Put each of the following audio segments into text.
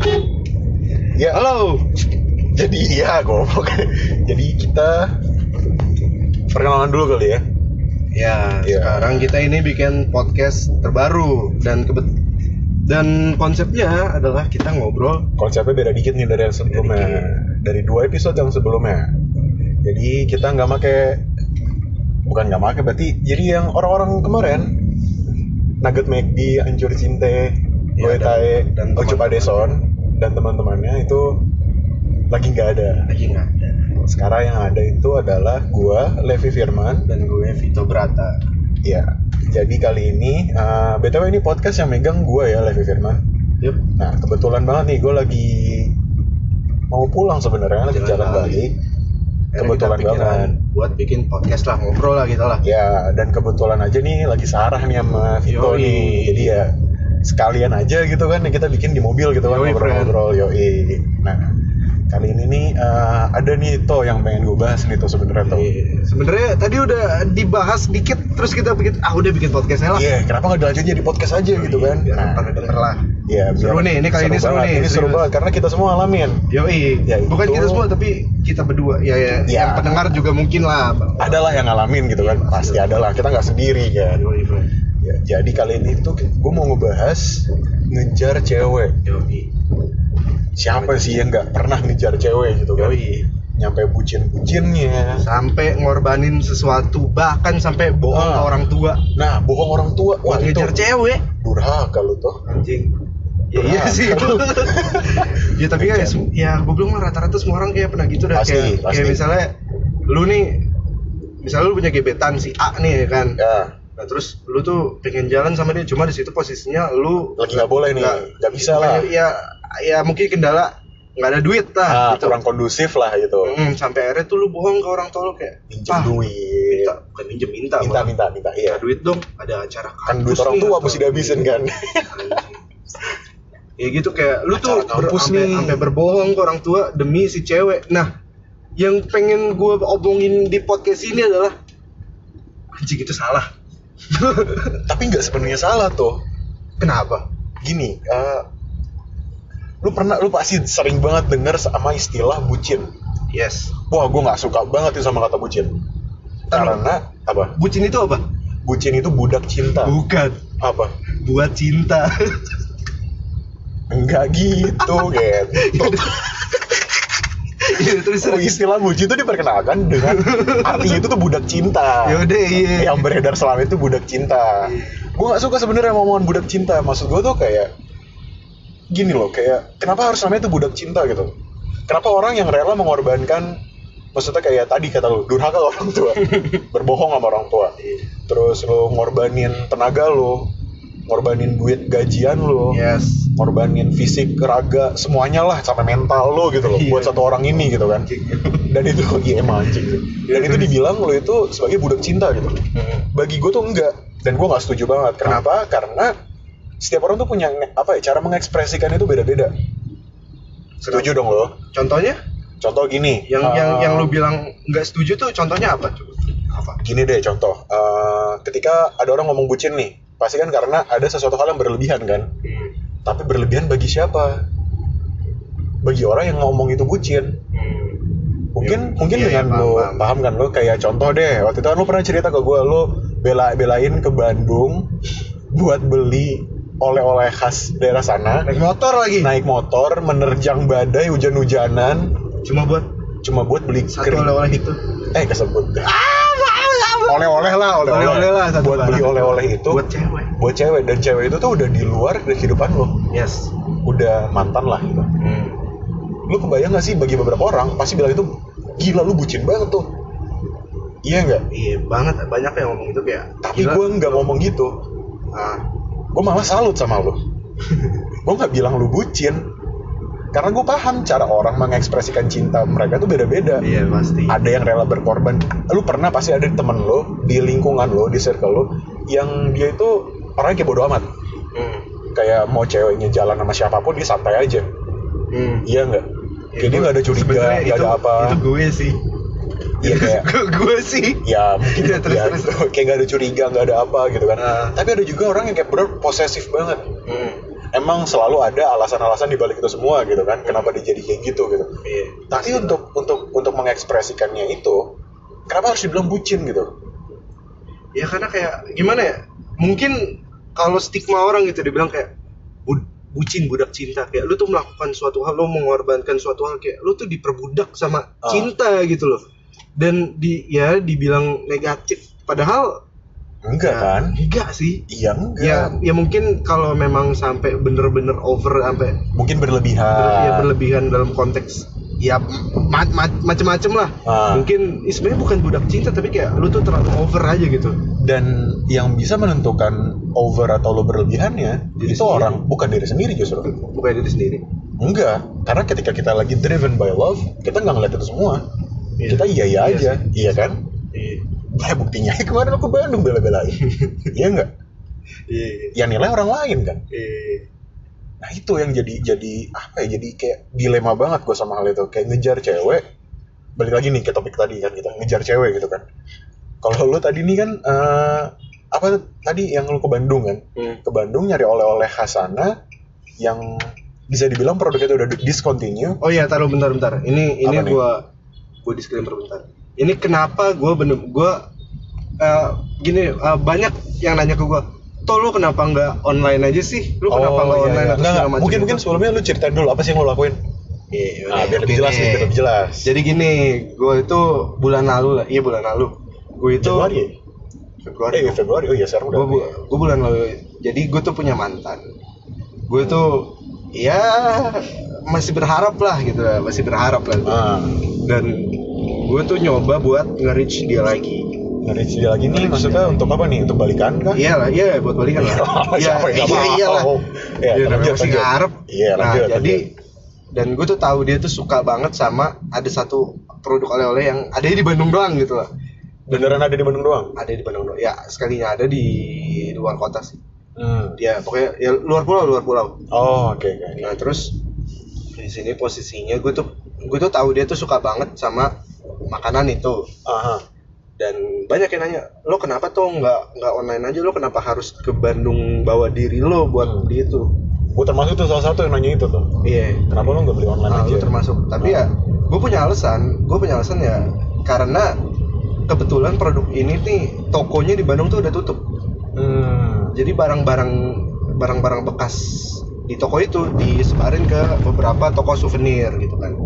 Ya, Halo. jadi goblok. Jadi kita perkenalan dulu kali ya. Ya, Ya. sekarang kita ini bikin podcast terbaru dan konsepnya adalah kita ngobrol. Konsepnya beda dikit nih dari yang sebelumnya. Dari 2 episode yang sebelumnya. Jadi kita bukan nggak make, berarti jadi yang orang-orang kemarin Nugget McD, Anjur Cinte, Gue Tae, dan Ojo Padeson dan teman-temannya itu lagi nggak ada. Sekarang yang ada itu adalah gua, Levi Firman, Dan gue Vito Brata. ya. Jadi kali ini BTW ini podcast yang megang gua ya, Levi Firman. Yup. Nah, kebetulan banget nih gua lagi mau pulang sebenarnya, lagi jalan balik. Kebetulan banget buat bikin podcast lah, ngobrol lah kita lah. ya, dan kebetulan aja nih lagi sarah nih sama Vito Yoi. nih. Jadi ya sekalian aja gitu kan, kita bikin di mobil gitu kan, Yoi, ngobrol-ngobrol. Yoi. Nah, kali ini nih ada nih yang pengen gue bahas nih sebenarnya Sebenarnya tadi udah dibahas dikit, terus kita udah bikin podcastnya lah. Iya, kenapa nggak dilanjut jadi podcast aja gitu kan? Biar pada denger lah. Iya, Seru nih, ini kali ini seru banget. nih. Ini seru Serius. banget karena kita semua alamin. Yoi. Ya, Bukan itu- kita semua tapi kita berdua. Ya. Yang pendengar juga mungkin lah. Adalah yang ngalamin gitu kan, pasti adalah. Kita nggak sendiri kan. Yoi, friend. Ya, jadi kali ini tuh gue mau ngebahas ngejar cewek. Yoi. Siapa sih yang nggak pernah ngejar cewek gitu kan? Yoi. Nyampe bucin-bucinnya. Sampai ngorbanin sesuatu, bahkan sampai bohong ke orang tua Nah, bohong orang tua. buat ngejar cewek. Durhaka lu tuh. Anjing. Ya iya Durhaka. sih. Ya tapi ya, gue bilang mah rata-rata semua orang kayak pernah gitu dah. Pasti. Kayak misalnya lu punya gebetan si A nih kan. Ya, Nah terus lu tuh pengen jalan sama dia, cuma di situ posisinya lu lagi nggak boleh nih, nggak bisa lah. Ya mungkin kendala nggak ada duit lah. Gitu. Kurang kondusif lah gitu. Sampai akhirnya tuh lu bohong ke orang tua lu kayak Pinjam duit. bukan minta Iya. duit dong, ada acara kampus Kan duit orang nih, tua atau- mesti dihabisin kan. Ya gitu, kayak lu tuh Acara kampus nih. sampai berbohong ke orang tua demi si cewek. Nah, yang pengen gue omongin di podcast ini adalah anjing itu salah. Tapi nggak sepenuhnya salah tuh. Kenapa? Gini, lu pasti sering banget denger sama istilah bucin. Yes. Wah, gue nggak suka banget tuh sama kata bucin. Karena apa? Bucin itu apa? Bucin itu budak cinta. Bukan. Apa? Buat cinta. Enggak gitu, gitu. Iya, terus Oh, istilah bucin itu diperkenalkan dengan artinya itu tuh budak cinta. Yaudah, iya. Yang beredar selama itu budak cinta. Gue nggak suka sebenarnya ngomongan budak cinta. Maksud gue tuh kayak gini loh, kayak kenapa harus namanya itu budak cinta gitu? Kenapa orang yang rela mengorbankan, maksudnya kayak tadi kata lu, durhaka ke orang tua, berbohong sama orang tua, terus lu ngorbanin tenaga lu, ngorbanin duit gajian lu, Yes. ngorbanin fisik, raga, semuanya lah, sampai mental lo gitu loh, buat satu orang ini gitu kan. Dan itu, iya emang anjing sih. Dan itu dibilang lo itu sebagai budak cinta gitu. Bagi gue tuh enggak, dan gue nggak setuju banget. Kenapa? Karena setiap orang tuh punya cara mengekspresikan itu beda-beda. Setuju dong lo? Contohnya? Contoh gini. Yang lu bilang nggak setuju tuh contohnya apa? Apa? Gini deh contoh. Ketika ada orang ngomong bucin nih, pasti kan karena ada sesuatu hal yang berlebihan kan. Tapi berlebihan bagi siapa? Bagi orang yang ngomong itu bucin. Mungkin dengan lo paham kan, lo kayak contoh deh, waktu itu kan lo pernah cerita ke gue, lo belain ke Bandung buat beli oleh-oleh khas daerah sana, naik motor menerjang badai hujan-hujanan cuma buat beli satu oleh-oleh itu. Kesebut oleh-oleh lah satu buat beli oleh-oleh itu buat cewek, dan cewek itu tuh udah di luar dari kehidupan lo. Yes. Udah mantan lah gitu. Lu kebayang gak sih, bagi beberapa orang pasti bilang itu gila lu bucin banget tuh. Iya nggak? Iya banget, banyak yang ngomong itu kayak. Tapi gue nggak ngomong gitu. Gue malah salut sama lu. Gue nggak bilang lu bucin, karena gue paham cara orang mengekspresikan cinta mereka tuh beda-beda. Iya pasti. Ada yang rela berkorban. Lu pernah pasti ada temen lu di lingkungan lu, di circle lu, yang dia itu orangnya kayak bodo amat. Kayak mau ceweknya jalan sama siapapun dia santai aja. Iya nggak? Jadi nggak ada curiga, nggak ada apa. Itu gue sih. Iya kayak gue sih. ya mungkin Ya, terus. kayak nggak ada curiga, nggak ada apa gitu kan. Tapi ada juga orang yang kayak bener posesif banget. emang selalu ada alasan-alasan di balik itu semua gitu kan, kenapa dia jadi kayak gitu gitu. Tapi untuk mengekspresikannya itu, kenapa harus dibilang bucin gitu? Ya karena kayak gimana ya? Mungkin kalau stigma orang gitu dibilang kayak bucin, budak cinta, kayak lu tuh melakukan suatu hal, lu mengorbankan suatu hal, kayak lu tuh diperbudak sama cinta gitu loh. Dan dibilang negatif, padahal enggak ya, kan? Enggak sih. Iya enggak. Ya mungkin kalau memang sampai bener-bener over, sampai mungkin berlebihan. Berlebihan dalam konteks ya macem-macem lah. Mungkin sebenarnya bukan budak cinta, tapi kayak lu tuh terlalu over aja gitu. Dan yang bisa menentukan over atau lo berlebihannya diri itu sendiri. Orang, bukan diri sendiri justru. Bukan diri sendiri. Enggak, karena ketika kita lagi driven by love, kita nggak ngeliat itu semua. Kita iya aja, iya kan? Iya. Buktinya kemarin aku Bandung bela-belain. Iya nggak? Iya. Yang nilai orang lain kan? Iya. Nah itu yang jadi apa ya? Jadi kayak dilema banget gue sama hal itu. Kayak ngejar cewek. Balik lagi nih ke topik tadi kan, kita ngejar cewek gitu kan. Kalau lu tadi nih kan apa tadi yang lu ke Bandung kan? Ke Bandung nyari oleh-oleh khas sana yang bisa dibilang produknya itu udah discontinue. Oh iya, taruh bentar. Ini gue disclaimer bentar. Ini kenapa banyak yang nanya ke gue, "Toh lu kenapa nggak online aja sih? Lu kenapa nggak online atau segala macam?" Mungkin sebelumnya lu ceritain dulu apa sih yang lu lakuin? Iya, biar lebih jelas. Jadi gini, gue itu bulan lalu. Gue itu Februari. Oh iya, sekarang udah. Gue bulan lalu. Jadi gue tuh punya mantan. Gue tuh ya masih berharap lah gitu. Dan gue tuh nyoba buat nge-reach dia lagi. Nge-reach dia lagi nih maksudnya untuk apa nih? Untuk balikan kah? Iya, buat balikan lah. Iyalah. Iya, masih ngarep. Iya, lanjut. Jadi dan gue tuh tahu dia tuh suka banget sama ada satu produk oleh-oleh yang ada di Bandung doang gitu lah. Beneran ada di Bandung doang? Ada di Bandung doang. Ya, sekalinya ada di luar kota sih. Ya, pokoknya ya luar pulau. Oh, oke. Nah, terus di sini posisinya gue tuh tahu dia tuh suka banget sama makanan itu. Dan banyak yang nanya, "Lo kenapa tuh nggak online aja? Lo kenapa harus ke Bandung bawa diri lo buat beli itu?" Gue termasuk tuh salah satu yang nanya itu tuh. Iya. Kenapa lo nggak beli online aja? Gue termasuk. Tapi ya, gue punya alasan ya karena kebetulan produk ini nih tokonya di Bandung tuh udah tutup. Jadi barang-barang bekas di toko itu disebarin ke beberapa toko souvenir gitu kan.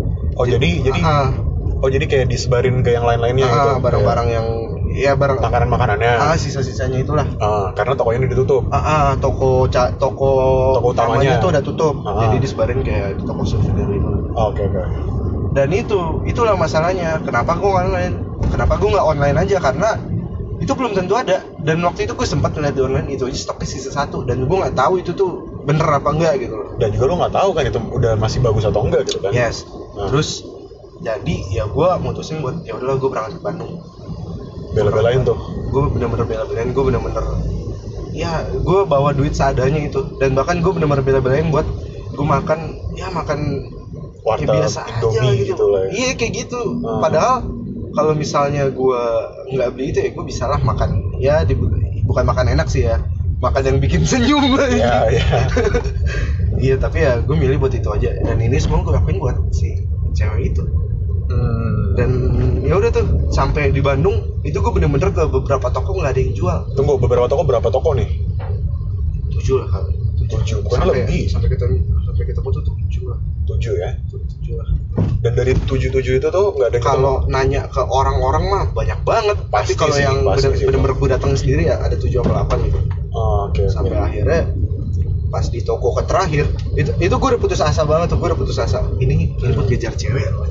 Jadi kayak disebarin ke yang lain-lainnya gitu. Barang-barang yang ya makanan-makanannya. Sisa-sisanya itulah. Karena toko ini ditutup. Toko utamanya itu udah tutup. Jadi disebarin kayak di toko souvenir itu. Oke. Dan itulah masalahnya. Kenapa gue nggak online aja? Karena itu belum tentu ada. Dan waktu itu gue sempat ngeliat di online itu aja stoknya sisa 1 dan gue nggak tahu itu tuh bener apa enggak gitu loh. Dan juga lo nggak tahu kan itu udah masih bagus atau enggak gitu kan? Yes. Terus jadi ya gue mutusin buat ya udahlah gue berangkat ke Bandung. Bela-belain tuh. Gue bener-bener bela-belain. Gue bener-bener ya gue bawa duit seadanya itu. Dan bahkan gue bener-bener bela-belain buat gue makan warteg, ya biasa Indomie aja gitu lah ya. Iya kayak gitu. Padahal kalau misalnya gue nggak beli itu ya gue bisa lah makan ya bukan makan enak sih ya, makan yang bikin senyum lah. Iya. Iya tapi ya gue milih buat itu aja. Dan ini semua gue lakuin buat si cewek itu. Dan ya udah tuh sampai di Bandung itu gue bener-bener ke beberapa toko nggak ada yang jual. Tunggu, berapa toko nih? 7 lah kali. 7, bukan lebih. Sampai ketemu tuh 7 lah. 7 ya? 7 lah. Dan dari 7 itu tuh nggak ada yang kalau nanya ke orang-orang mah banyak banget. Pasti kalau yang bener-bener gue datang sendiri ya ada 7 atau 8 gitu. Oke. Sampai akhirnya pas di toko ke terakhir itu gue udah putus asa banget tuh. Ini buat ngejar cewek loh.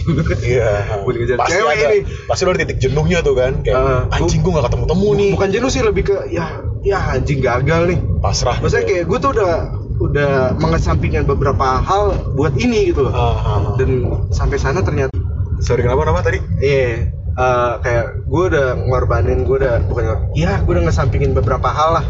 Iya. Buat ngejar pasti cewek ini. Pasti lo di titik jenuhnya tuh kan kayak anjing gue nggak ketemu nih. Bukan jenuh sih, lebih ke ya anjing gagal nih. Pasrah. Maksudnya kayak gue tuh udah mengesampingkan beberapa hal buat ini gitu loh. Dan sampai sana ternyata kenapa tadi? Iya. Kayak gue udah ngorbanin, gue udah ngesampingin beberapa hal lah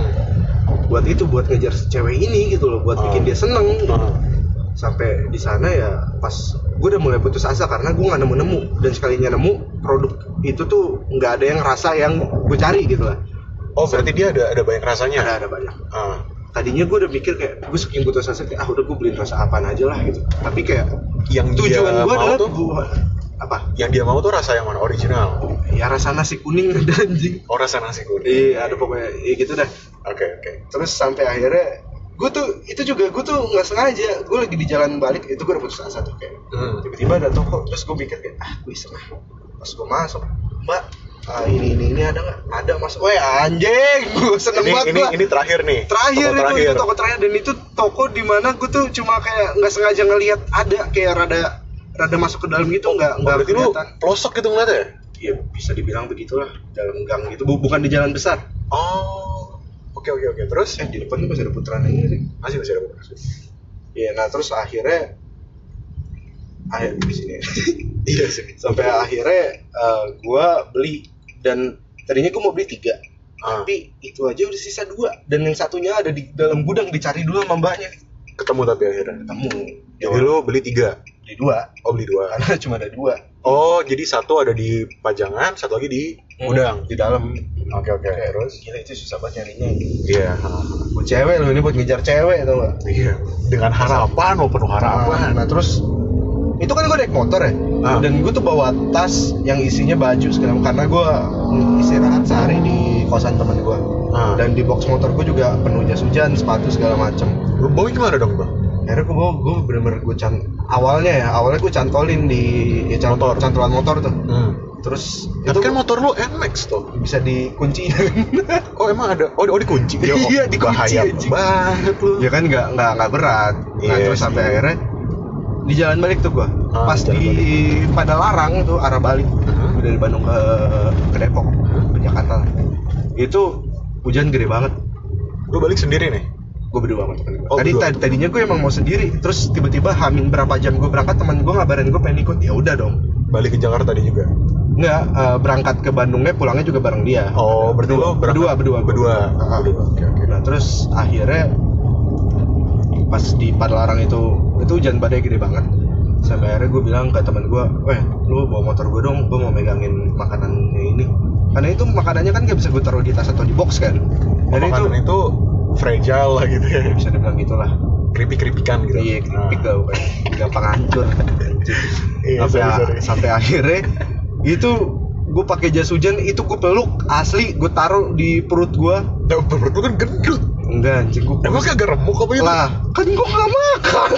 buat ngejar si cewek ini gitu loh, buat bikin dia seneng gitu. Sampai di sana ya pas gue udah mulai putus asa karena gue nggak nemu, dan sekalinya nemu produk itu tuh nggak ada yang rasa yang gue cari gitu lah. Berarti dia ada banyak rasanya? Ada banyak. tadinya gue udah mikir kayak gue saking butuh rasa kayak udah gue beliin rasa apaan aja lah gitu, tapi kayak yang tujuan gue adalah tuh apa yang dia mau tuh rasa yang mana, original? ya rasa nasi kuning ada anjing. Oh, rasa nasi kuning. Iya ada pokoknya ya gitu dah. Oke. Terus sampai akhirnya gue tuh gue tuh nggak sengaja, gue lagi di jalan balik itu gue udah putus asa tuh kayak tiba-tiba ada toko, terus gue mikir kayak gue iseng pas gue masuk, mbak ini ada nggak? Ada mas. Weh anjing, gue seneng banget gue. Ini terakhir nih. Itu toko terakhir, dan itu toko di mana gue tuh cuma kayak nggak sengaja ngelihat ada kayak rada masuk ke dalam gitu, nggak berarti kelihatan. Lu pelosok gitu ngeliatnya? Iya bisa dibilang begitulah, dalam gang gitu, bukan di jalan besar. Oh, oke. Terus? Di depan tuh masih ada putaran ini sih. Masih ada putaran. Iya, nah terus akhirnya di sini. Iya sih. Sampai akhirnya gue beli, dan tadinya gue mau beli 3, tapi itu aja udah sisa 2, dan yang satunya ada di dalam gudang, dicari dulu sama mbaknya. Ketemu tapi akhirnya. Ketemu. Jadi lu beli 3? Beli 2. Oh, beli 2. Karena cuma ada 2. Oh, jadi satu ada di pajangan, satu lagi di gudang. Di dalam. Oke. Terus? Gila itu susah banget nyarinya. Iya. Buat cewek loh, ini buat ngejar cewek tau gak? Iya. Dengan harapan, mau penuh harapan. Nah terus itu kan gue naik motor ya, dan gue tuh bawa tas yang isinya baju segala, karena gue istirahat sehari di kosan teman gue, dan di box motor gue juga penuh jas hujan, sepatu segala macem. Lu bawa gimana dong bang? Akhirnya gue bener-bener awalnya gue cantolin di cantolan motor tuh. Terus tapi kan motor lu NMAX tuh bisa dikunci. Oh emang ada? Oh dikunci? Iya dikunci. Bahaya banget lu. Ya kan nggak berat. Nah terus sampai akhirnya di jalan balik tuh gua, pas di Padalarang tuh arah balik, dari Bandung ke Depok, ke Jakarta. Itu hujan gede banget. Lu balik sendiri nih? Gue berdua sama temen gue. Tadinya gue emang mau sendiri, terus tiba-tiba hamin berapa jam gue berangkat, teman gue ngabarin gue pengen ikut, ya udah dong. Balik ke Jakarta tadi juga? Enggak, berangkat ke Bandungnya, pulangnya juga bareng dia. Oh, berdua. Oke. Nah terus akhirnya pas di Padalarang itu hujan badai gede banget. Sampai akhirnya gue bilang ke teman gue, lu bawa motor gue dong, gue mau megangin makanannya ini. Karena itu makanannya kan gak bisa gue taruh di tas atau di box kan. Jadi makanan itu fragile lah gitu ya. Bisa dibilang gitulah. Keripik-keripikan gitu. Iya, keripik lah bukan. Gampang hancur. Sampai akhirnya itu gue pakai jas hujan, itu gue peluk asli, gue taruh di perut gue. Perut lu kan gendut. Enggak anjing, gue emang kagak remuk apa itu? Lah, kan gue gak makan.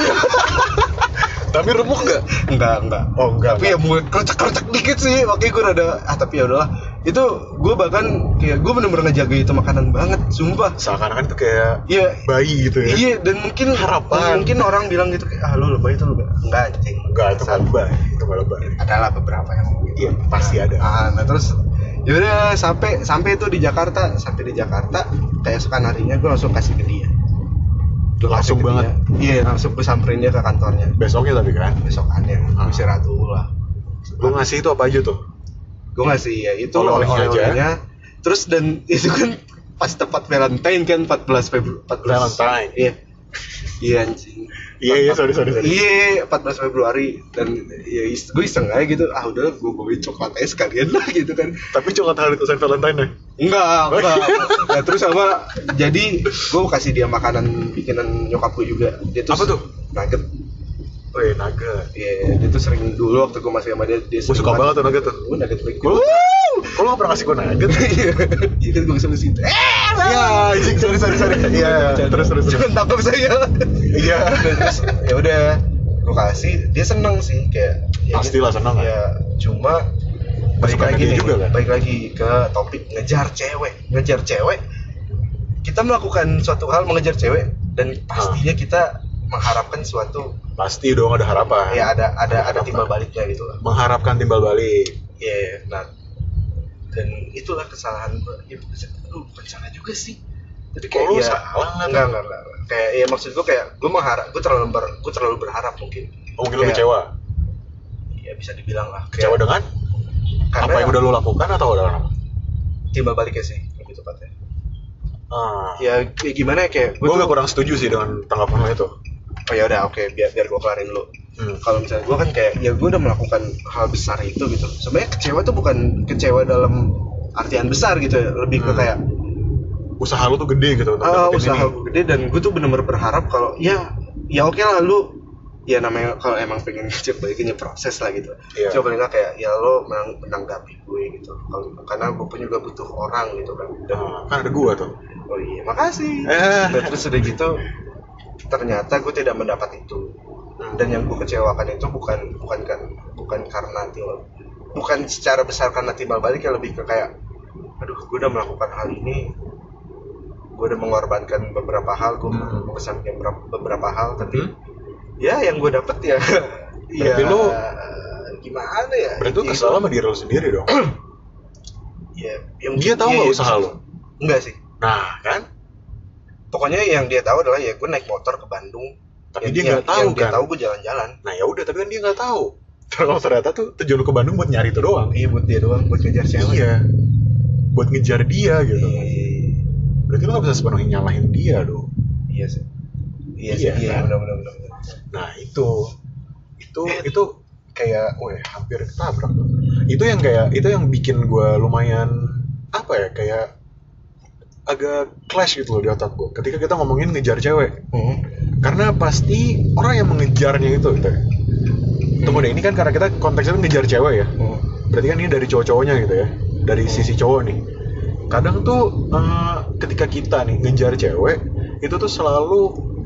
Tapi remuk gak? Enggak. Oh enggak. Tapi ya mulai kerocak dikit sih, makanya gue rada tapi ya udahlah. Itu gue bahkan kayak gue bener-bener ngejaga itu makanan banget, sumpah. Seakan-akan itu kayak bayi gitu ya. Iya, dan mungkin harapan. Mungkin orang bilang gitu kayak lu lebay itu lebay. Enggak anjing. Enggak, itu enggak lebay. Itu enggak lebay. Adalah beberapa yang ngomong gitu. Iya, pasti ada. Nah, terus yaudah sampai itu di Jakarta, keesokan harinya gue langsung kasih ke dia. Langsung banget? Iya, langsung gue samperin dia ke kantornya. Besoknya tapi kan? Besokannya, gue istirahat dulu lah. Lu ngasih itu apa aja tuh? Gue ngasih ya itu oleh-olehnya. Terus dan itu kan pas tepat Valentine kan, 14 Februari. Valentine? Iya anjing. Iya, sorry. Iya, 14 Februari, dan ya gue iseng aja gitu, udah gue bawain coklat aja sekalian lah gitu kan. Tapi coklat hari Saint Valentine ya? Enggak. Nah, terus sama, jadi gue kasih dia makanan bikinan nyokap gue juga. Dia tuh, apa tuh? Nugget. Oh iya, nugget. Iya, dia tuh sering dulu waktu gue masih sama dia gue suka banget tuh nugget tuh. Gue nugget lagi. Kok lo gak pernah ngasih gue nugget? Iya kan gue bisa mesti itu. Iya, sorry. Iya, terus. Jangan tangkap saya. Iya. Terus ya udah, gue kasih, dia seneng sih kayak. Pastilah seneng. Ya, cuma balik lagi ke topik ngejar cewek. Kita melakukan suatu hal mengejar cewek, dan pastinya kita mengharapkan suatu. Pasti dong ada harapan. Ya ada timbal baliknya gitu lah. Mengharapkan timbal balik. Iya, nah. Dan itulah kesalahan gue. Ya bukan salah juga sih. Tapi kayak salah enggak. Kayak ya maksud gue kayak gue terlalu berharap mungkin. Mungkin lu kecewa. Ya bisa dibilang lah. Kecewa dengan apa yang udah lu lakukan atau udah apa? Timbal baliknya sih lebih tepatnya. Ya kayak gimana ya, kayak gue gak kurang setuju sih dengan tanggapan lo itu. Oh ya udah, oke, biar gue kelarin dulu. Kalau misalnya gue kan kayak ya gue udah melakukan hal besar itu gitu. Sebenarnya kecewa tuh bukan kecewa dalam artian besar gitu ya, lebih ke kayak usaha lu tuh gede gitu untuk dapetin usaha ini. gue gede, dan gue tuh bener-bener berharap kalau ya oke lah lu, ya namanya kalau emang pengen balikinnya proses lah gitu. Iya. Coba paling nggak kayak ya lo menanggapi gue gitu, kalau karena gue pun juga butuh orang gitu kan. Dan Kan ada gua tuh. oh iya makasih. Dan terus udah gitu ternyata gue tidak mendapat itu, dan yang gue kecewakan itu bukan karena bukan secara besar karena timbal balik, ya lebih ke kayak aduh gue udah melakukan hal ini, gue udah mengorbankan beberapa hal, gue mengesampingkan beberapa hal, tapi ya yang gue dapet ya Berarti lu gimana ya, berarti lu kesal sama diri lu sendiri dong. ya yang Dia tahu nggak usaha lu? Enggak sih, Nah kan, pokoknya yang dia tahu adalah ya gue naik motor ke Bandung, tapi dia nggak tahu yang dia kan. tahu gue jalan-jalan. Nah ya udah, tapi kan dia nggak tahu. Kalau ternyata tuh tujuan lu ke Bandung buat nyari itu doang. Iya, buat dia doang, buat ngejar cewek. Iya, buat ngejar dia gitu. Iya. Berarti lu nggak bisa sepenuhnya nyalahin dia dong. Iya sih. Iya Iya, sih. Iya, kan? benar. Nah itu kayak, hampir ketabrak. Itu yang bikin gue lumayan apa ya, kayak agak clash gitu loh di otak gue. Ketika kita ngomongin ngejar cewek, karena pasti orang yang mengejarnya itu gitu. Tunggu deh, ini kan karena kita konteksnya kan ngejar cewek ya. Berarti kan ini dari cowok-cowoknya gitu ya, dari sisi cowok nih. Kadang tuh ketika kita nih ngejar cewek, itu tuh selalu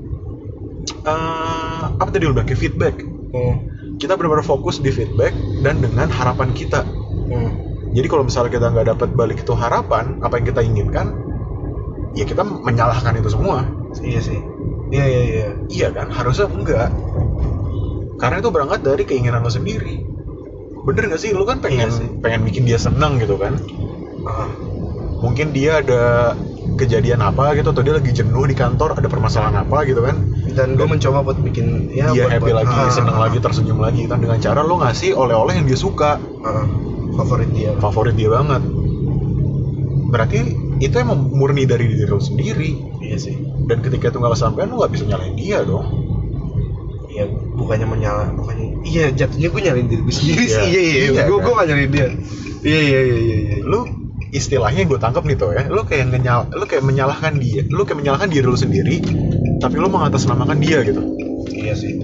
apa tadi lu bilang, kayak feedback. Kita benar-benar fokus di feedback dan dengan harapan kita. Jadi kalau misalnya kita nggak dapat balik itu harapan, apa yang kita inginkan, ya kita menyalahkan itu semua. Iya sih. Iya. Iya kan, harusnya enggak. Karena itu berangkat dari keinginan lo sendiri. Bener nggak sih, lo kan pengen bikin dia senang gitu kan. Mungkin dia ada kejadian apa gitu, atau dia lagi jenuh di kantor, ada permasalahan apa gitu kan, dan gue mencoba buat bikin dia happy lagi, senang lagi, tersenyum lagi kan, dengan cara lo ngasih oleh-oleh yang dia suka. Favorit dia banget. Berarti itu emang murni dari diri lo sendiri. Iya sih. Dan ketika itu nggak kesampaian, lo nggak bisa nyalain dia dong. Iya, iya jatuhnya gue nyalain diri gue sendiri sih. Iya. Gue nggak nyalain dia. Iya. Lu istilahnya gue tangkap nih tuh ya, lu kayak menyalahkan dia, lu kayak menyalahkan diri lu sendiri, tapi lu mengatasnamakan dia gitu. Iya sih.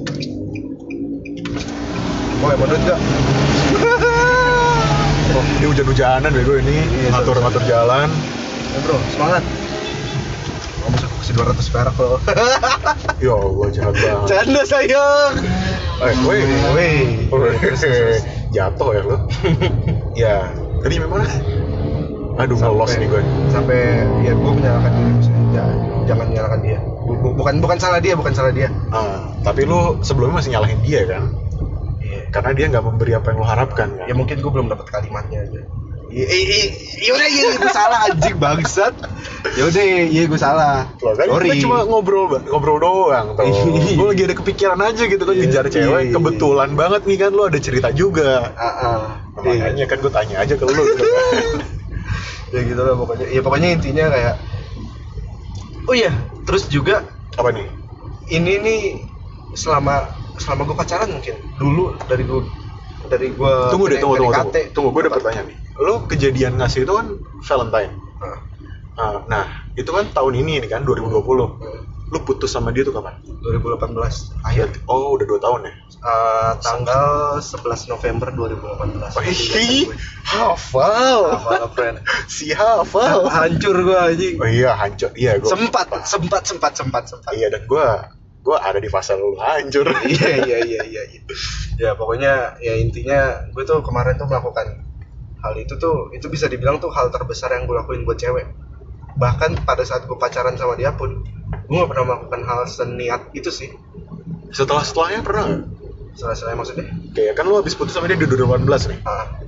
Oh, emang enggak. Ini hujan-hujanan bego ini, ngatur jalan. Ya bro, semangat. Kamu kasih 200 perak loh. Ya Allah, jahat banget. Canda sayang. Woi. Jatuh ya lu. Ya, tadi memang. Aduh, ngelos nih gue. Sampai ya gue menyalahkan diri sendiri. Jangan menyalahkan dia. Bukan salah dia. Tapi lu sebelumnya masih nyalahin dia kan? Iya. Karena dia nggak memberi apa yang lu harapkan kan? Ya mungkin gue belum dapat kalimatnya aja. Yaudah, gue salah anjing bangsat. Yaudah, gue salah. Loh, kan kita cuma ngobrol doang tuh. Gue lagi ada kepikiran aja gitu kan, ngejar cewek. Kebetulan banget nih kan, lu ada cerita juga. Makanya kan gue tanya aja ke lu gitu kan. Ya gitu lah pokoknya. Ya pokoknya intinya kayak, oh iya, terus juga apa nih? Ini nih selama gue pacaran mungkin dulu dari gue tunggu, gue ada pertanyaan nih. Lo kejadian ngasih itu kan Valentine. Nah, itu kan tahun ini kan 2020. Lu putus sama dia tuh kapan? 2018 akhir. Oh, udah 2 tahun ya? Tanggal 11 November 2018. Wih, hafal friend. Si hafal. Hancur gue anjing. Oh iya, hancur. Iya, gue sempat. Iya, dan gue ada di fase lu hancur. Iya. Ya pokoknya ya intinya gue tuh kemarin tuh melakukan hal itu bisa dibilang tuh hal terbesar yang gue lakuin buat cewek. Bahkan pada saat gue pacaran sama dia pun gue gak pernah melakukan hal seniat itu sih. Setelahnya pernah gak? Setelah maksudnya? Kayak kan lu habis putus sama dia di 2018 nih.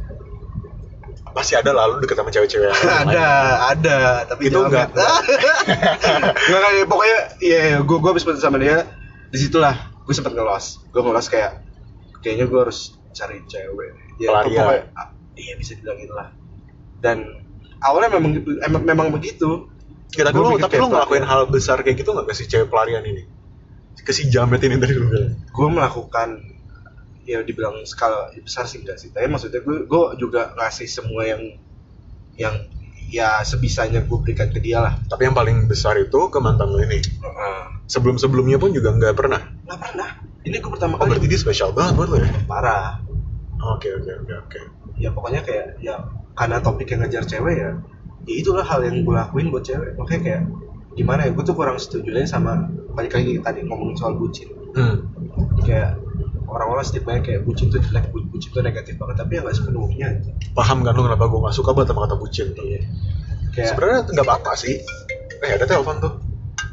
Pasti ada lah lu deket sama cewek-cewek yang ada tapi itu enggak. Enggak kayak pokoknya gue habis putus sama dia, disitulah gue sempat ngelos kayaknya gue harus cari cewek pelarian. Iya bisa dibilang itulah. Dan awalnya memang begitu. Ya, tapi lu ngelakuin hal besar kayak gitu nggak ke si cewek pelarian ini, ke si jamet ini tadi lu bilang? Gue melakukan, ya dibilang skala besar sih enggak sih, tapi maksudnya gue juga ngasih semua yang ya sebisanya gue berikan ke dia lah. Tapi yang paling besar itu ke mantan lo ini. Sebelum-sebelumnya pun juga nggak pernah. Ini gue pertama kali. Berarti dia spesial banget buat lo ya? Parah. Oke. Ya pokoknya kayak ya karena topik yang ngejar cewek ya itulah hal yang gue lakuin buat cewek. Makanya kayak gimana ya, gue tuh kurang setuju sama balik lagi tadi ngomongin soal bucin. Kayak orang-orang stigma kayak bucin tuh jelek, bucin tuh negatif banget, tapi ya nggak sepenuhnya. Paham kan lu kenapa gue nggak suka banget sama kata bucin? Iya. Sebenarnya nggak apa-apa sih. Ada telepon tuh.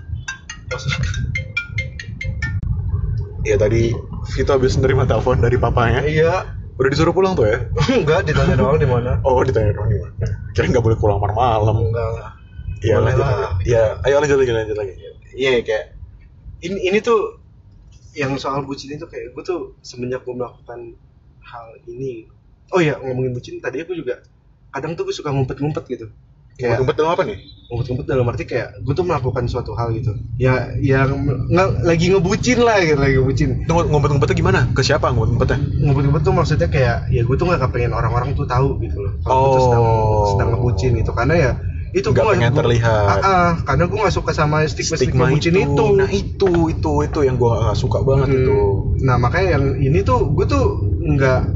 Iya tadi Vito habis menerima telepon dari papanya. Iya. Udah disuruh pulang tuh ya? Enggak, ditanya doang di mana. Oh, ditanya doang di mana. Kira nggak boleh pulang malam. Enggak lah. Iya lanjut. Iya, ayo lanjut lagi. Iya kayak ini tuh yang soal bucin itu kayak gue tuh semenjak gue melakukan hal ini. Oh iya, ngomongin bucin tadi aku juga kadang tuh gue suka ngumpet-ngumpet gitu. Ngumpet dalam apa nih? Ngumpet-ngumpet dalam arti kayak gue tuh melakukan suatu hal gitu. Ya yang lagi ngebucin lah gitu, lagi ngebucin. Ngumpet-ngumpetnya gimana? Ke siapa ngumpet-ngumpetnya? Ngumpet-ngumpet tuh maksudnya kayak ya gue tuh nggak kepengen orang-orang tuh tahu gitu loh. Kalau gue tuh sedang ngebucin gitu, karena ya itu gue pengen terlihat. Karena gue nggak suka sama stigma bucin itu. Nah itu yang gue nggak suka banget itu. Nah makanya yang ini tuh gue tuh nggak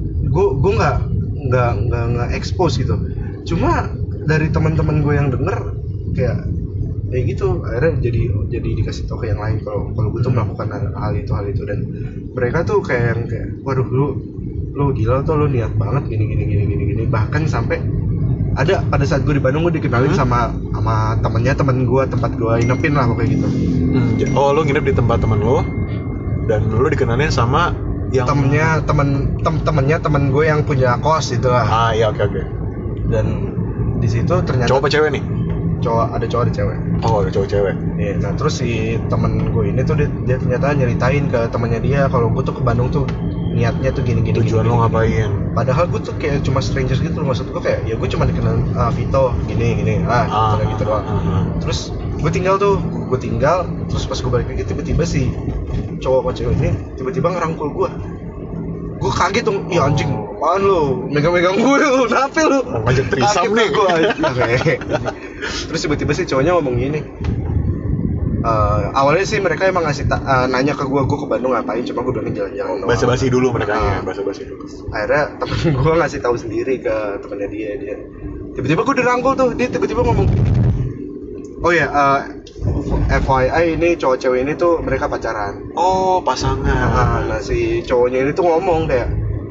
expose gitu. Cuma dari teman-teman gue yang denger kayak gitu, akhirnya jadi dikasih tau ke yang lain kalau gue tuh melakukan hal itu dan mereka tuh kayak waduh lu gila tuh, lu niat banget gini, bahkan sampai ada pada saat gue di Bandung gue dikenalin sama temen gue, tempat gue inepin lah kayak gitu. Oh lu nginep di tempat temen lo dan lu dikenalin sama yang temennya temen gue yang punya kos itu lah. Iya oke. Dan di situ ternyata cowok apa cewek nih? Ada cowok ada cewek. Oh ada cowok cewek. Iya, nah terus si temen gue ini tuh dia ternyata nyeritain ke temannya dia kalau gue tuh ke Bandung tuh niatnya tuh gini. Tujuan lo ngapain? Padahal gue tuh kayak cuma strangers gitu loh, maksud gue kayak ya gue cuma dikenal Vito gini gitu doang. Terus gue tinggal terus pas gue balik lagi tiba-tiba si cowok sama cewek ini tiba-tiba ngerangkul gue kaget dong, ya anjing, apaan lu, megang-megang gue lu, kenapa lu? Ngajak trisam nih gue. Terus tiba-tiba sih cowoknya ngomong gini, awalnya sih mereka emang ngasih nanya ke gue ke Bandung ngapain, cuma gue bilang jalan-jalan. Basa-basi dulu mereka ya, basa-basi dulu. Akhirnya temen gue ngasih tahu sendiri ke temennya dia. Tiba-tiba gue dirangkul tuh, dia tiba-tiba ngomong, oh ya, FYI ini cowok cewek ini tuh mereka pacaran. Oh pasangan. Nah si cowoknya ini tuh ngomong kayak,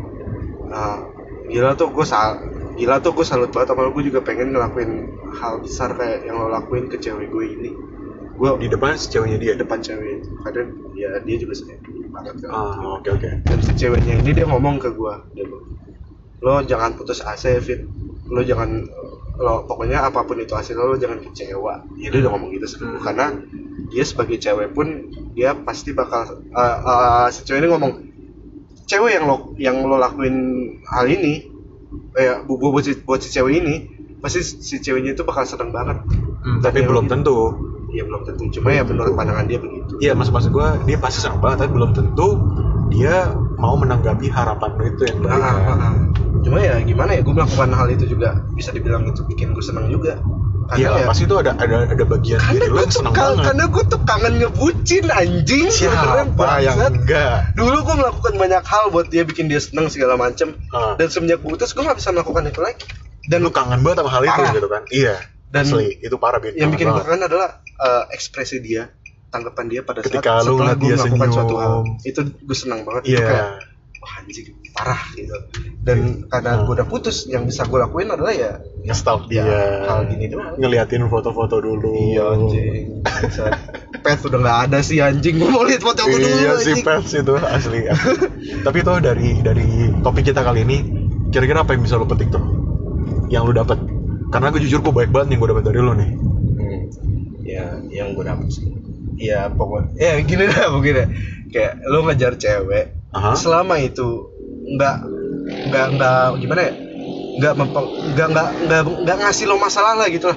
gila tuh gue salut banget sama lo, gue juga pengen ngelakuin hal besar kayak yang lo lakuin ke cewek gue ini. Gue di depan si ceweknya dia. Depan cewek. Kadang ya dia juga sayang banget kan. Oke. Dan si ceweknya ini dia ngomong ke gue, lo jangan putus asa Fit, lo pokoknya apapun itu hasil lo jangan kecewa. Dia udah ngomong gitu sebelum karena dia sebagai cewek pun dia pasti bakal si cewek ini ngomong, cewek yang lo lakuin hal ini buat si cewek ini pasti si ceweknya itu bakal seneng banget. Tapi belum tentu. Iya belum tentu, cuma ya menurut pandangan dia begitu. Iya maksud gue dia pasti seneng banget tapi belum tentu dia mau menanggapi harapan lo itu yang baik. Cuma ya gimana ya, gue melakukan hal itu juga bisa dibilang itu bikin gue senang juga. Iya pasti itu ada bagian diri lo yang senang banget. Karena gue tuh kangen ngebucin anjing. Siapa yang enggak? Dulu gue melakukan banyak hal buat dia, bikin dia senang segala macem. Dan semenjak putus gue nggak bisa melakukan itu lagi. Dan lu kangen banget sama hal itu gitu kan? Iya. Dan asli itu parah banget. Yang bikin gue kangen adalah ekspresi dia, tanggapan dia pada ketika saat setelah gue melakukan senyum. Suatu hal. Itu gue senang banget. Iya. Itu kayak wah anjing parah gitu. Dan karena gue udah putus, yang bisa gue lakuin adalah ya nge-stalk dia, hal gini doang, ngeliatin foto-foto dulu. Iya anjing. Pet udah nggak ada sih anjing, gue mau lihat foto dulu. Iya si Pet itu asli. Tapi itu dari topik kita kali ini, kira-kira apa yang bisa lo petik tuh yang lo dapet? Karena gue jujur gue baik banget yang gue dapet dari lo nih. Ya yang gue dapet sih ya pokoknya ya gini dah mungkin ya, kayak lo ngejar cewek selama itu nggak gimana ya, nggak ngasih lo masalah lah gitu lah.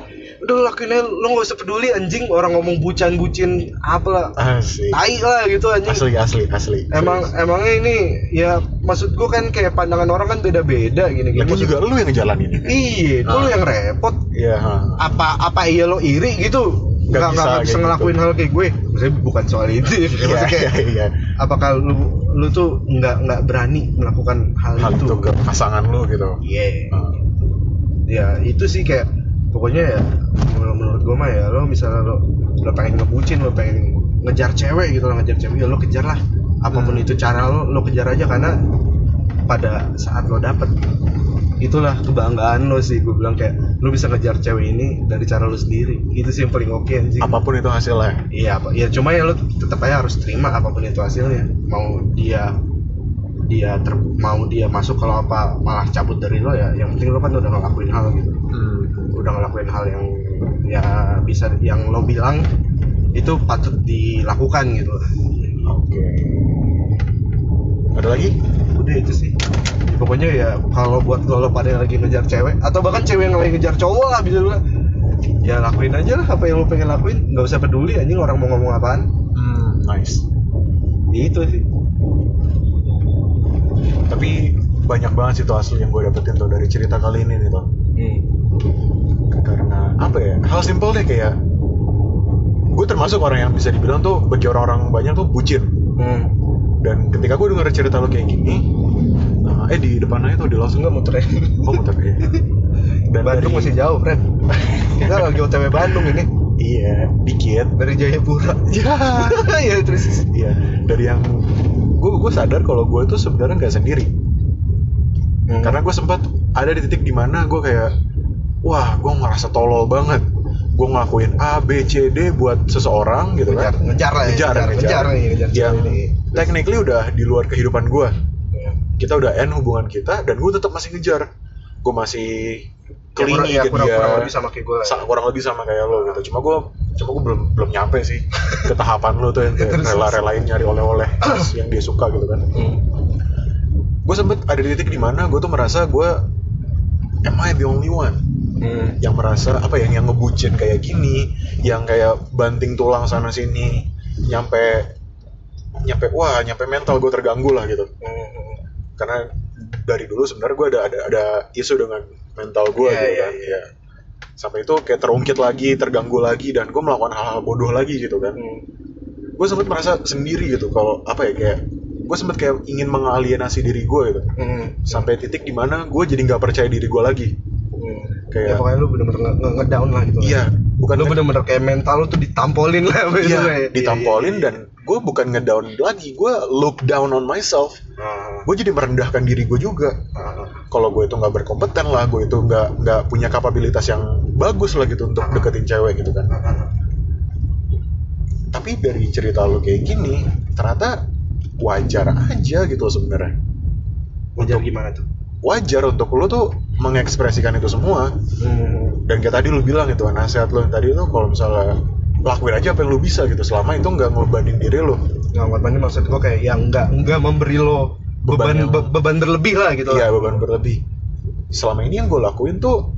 udah lakuin aja, lo nggak usah peduli anjing orang ngomong bucin apalah, tai lah gitu anjing. Asli. Emangnya ini ya maksud gue kan kayak pandangan orang kan beda-beda gini. Lagi juga lu yang ngejalanin ini. Iya, lu yang repot. Iya. Apa iya lo iri gitu? Nggak bisa ngelakuin hal kayak gue. Maksudnya bukan soal itu. Iya. Apakah lu tuh nggak berani melakukan hal itu ke pasangan lu gitu? Iya. Ya itu sih kayak pokoknya ya menurut gue mah ya lo misalnya lo pengen ngebucin, lo pengen ngejar cewek gitu, ya lo kejar lah apapun itu cara lo kejar aja, karena pada saat lo dapet itulah kebanggaan lo sih. Gue bilang kayak lo bisa ngejar cewek ini dari cara lo sendiri, itu sih yang paling oke anjing. Apapun itu hasilnya. Iya cuma ya lo tetap aja harus terima apapun itu hasilnya, mau dia masuk kalau apa malah cabut dari lo ya, yang penting lo kan udah ngelakuin hal gitu. Udah ngelakuin hal yang ya bisa yang lo bilang itu patut dilakukan gitu. Oke. Ada lagi? Udah itu sih. Ya, pokoknya ya kalau buat lo pada yang lagi ngejar cewek atau bahkan cewek yang lagi ngejar cowok lah bisa bilang, ya lakuin aja lah apa yang lo pengen lakuin, nggak usah peduli anjing orang mau ngomong apaan. Nice. Itu sih. Tapi banyak banget situasi yang gue dapetin tuh dari cerita kali ini nih tuh. Karena apa ya, hal simpel deh, kayak gue termasuk orang yang bisa dibilang tuh bagi orang-orang banyak tuh bucin. Dan ketika gue denger cerita lo kayak gini, di depannya tuh di langsung nggak muter ya? Muter ya. Dan Bandung masih jauh, Fred. Kita lagi OTW Bandung ini. Iya, dikit dari Jayapura. Ya terus. Iya, dari yang gue sadar kalau gue tuh sebenarnya nggak sendiri. Karena gue sempat ada di titik dimana gue kayak, wah, gue ngerasa tolol banget. Gue ngelakuin A, B, C, D buat seseorang gitu kan. Ngejar. Yang technically udah di luar kehidupan gue. Kita udah end hubungan kita dan gue tetap masih ngejar. Gue masih kelingi ke dia. Kurang lebih sama kayak lo gitu. Cuma gue belum nyampe sih ke tahapan lo tuh yang kayak rela-relain nyari oleh-oleh yang dia suka gitu kan. Gue sempet ada di titik dimana gue tuh merasa gue am I the only one yang merasa apa ya, yang ngebucin kayak gini, yang kayak banting tulang sana sini, nyampe mental gue terganggu lah gitu. Karena dari dulu sebenarnya gue ada isu dengan mental gue gitu kan. Iya. Sampai itu kayak terungkit lagi, terganggu lagi, dan gue melakukan hal-hal bodoh lagi gitu kan. Gue sempet merasa sendiri gitu, kalau apa ya, kayak gue sempet kayak ingin mengalienasi diri gue gitu. Sampai titik dimana gue jadi nggak percaya diri gue lagi. Kayak ya pokoknya lu bener-bener ngedown lah gitu. Iya, bukan lu bener-bener kayak mental lu tuh ditampolin lah. Iya, ditampolin. Dan gue bukan ngedown lagi, gue look down on myself. Gue jadi merendahkan diri gue juga. Kalau gue itu nggak berkompeten lah, gue itu nggak punya kapabilitas yang bagus lah gitu untuk deketin cewek gitu kan. Tapi dari cerita lo kayak gini, ternyata wajar aja gitu sebenarnya. Wajar gimana tuh? Wajar untuk lo tuh mengekspresikan itu semua. Dan kayak tadi lo bilang itu, nasihat lo yang tadi itu, kalau misalnya lakuin aja apa yang lo bisa gitu, selama itu nggak ngebebanin diri lo. Nggak ngebebanin, maksud gue kayak yang nggak memberi lo beban berlebih lah gitu. Iya, beban berlebih. Selama ini yang gue lakuin tuh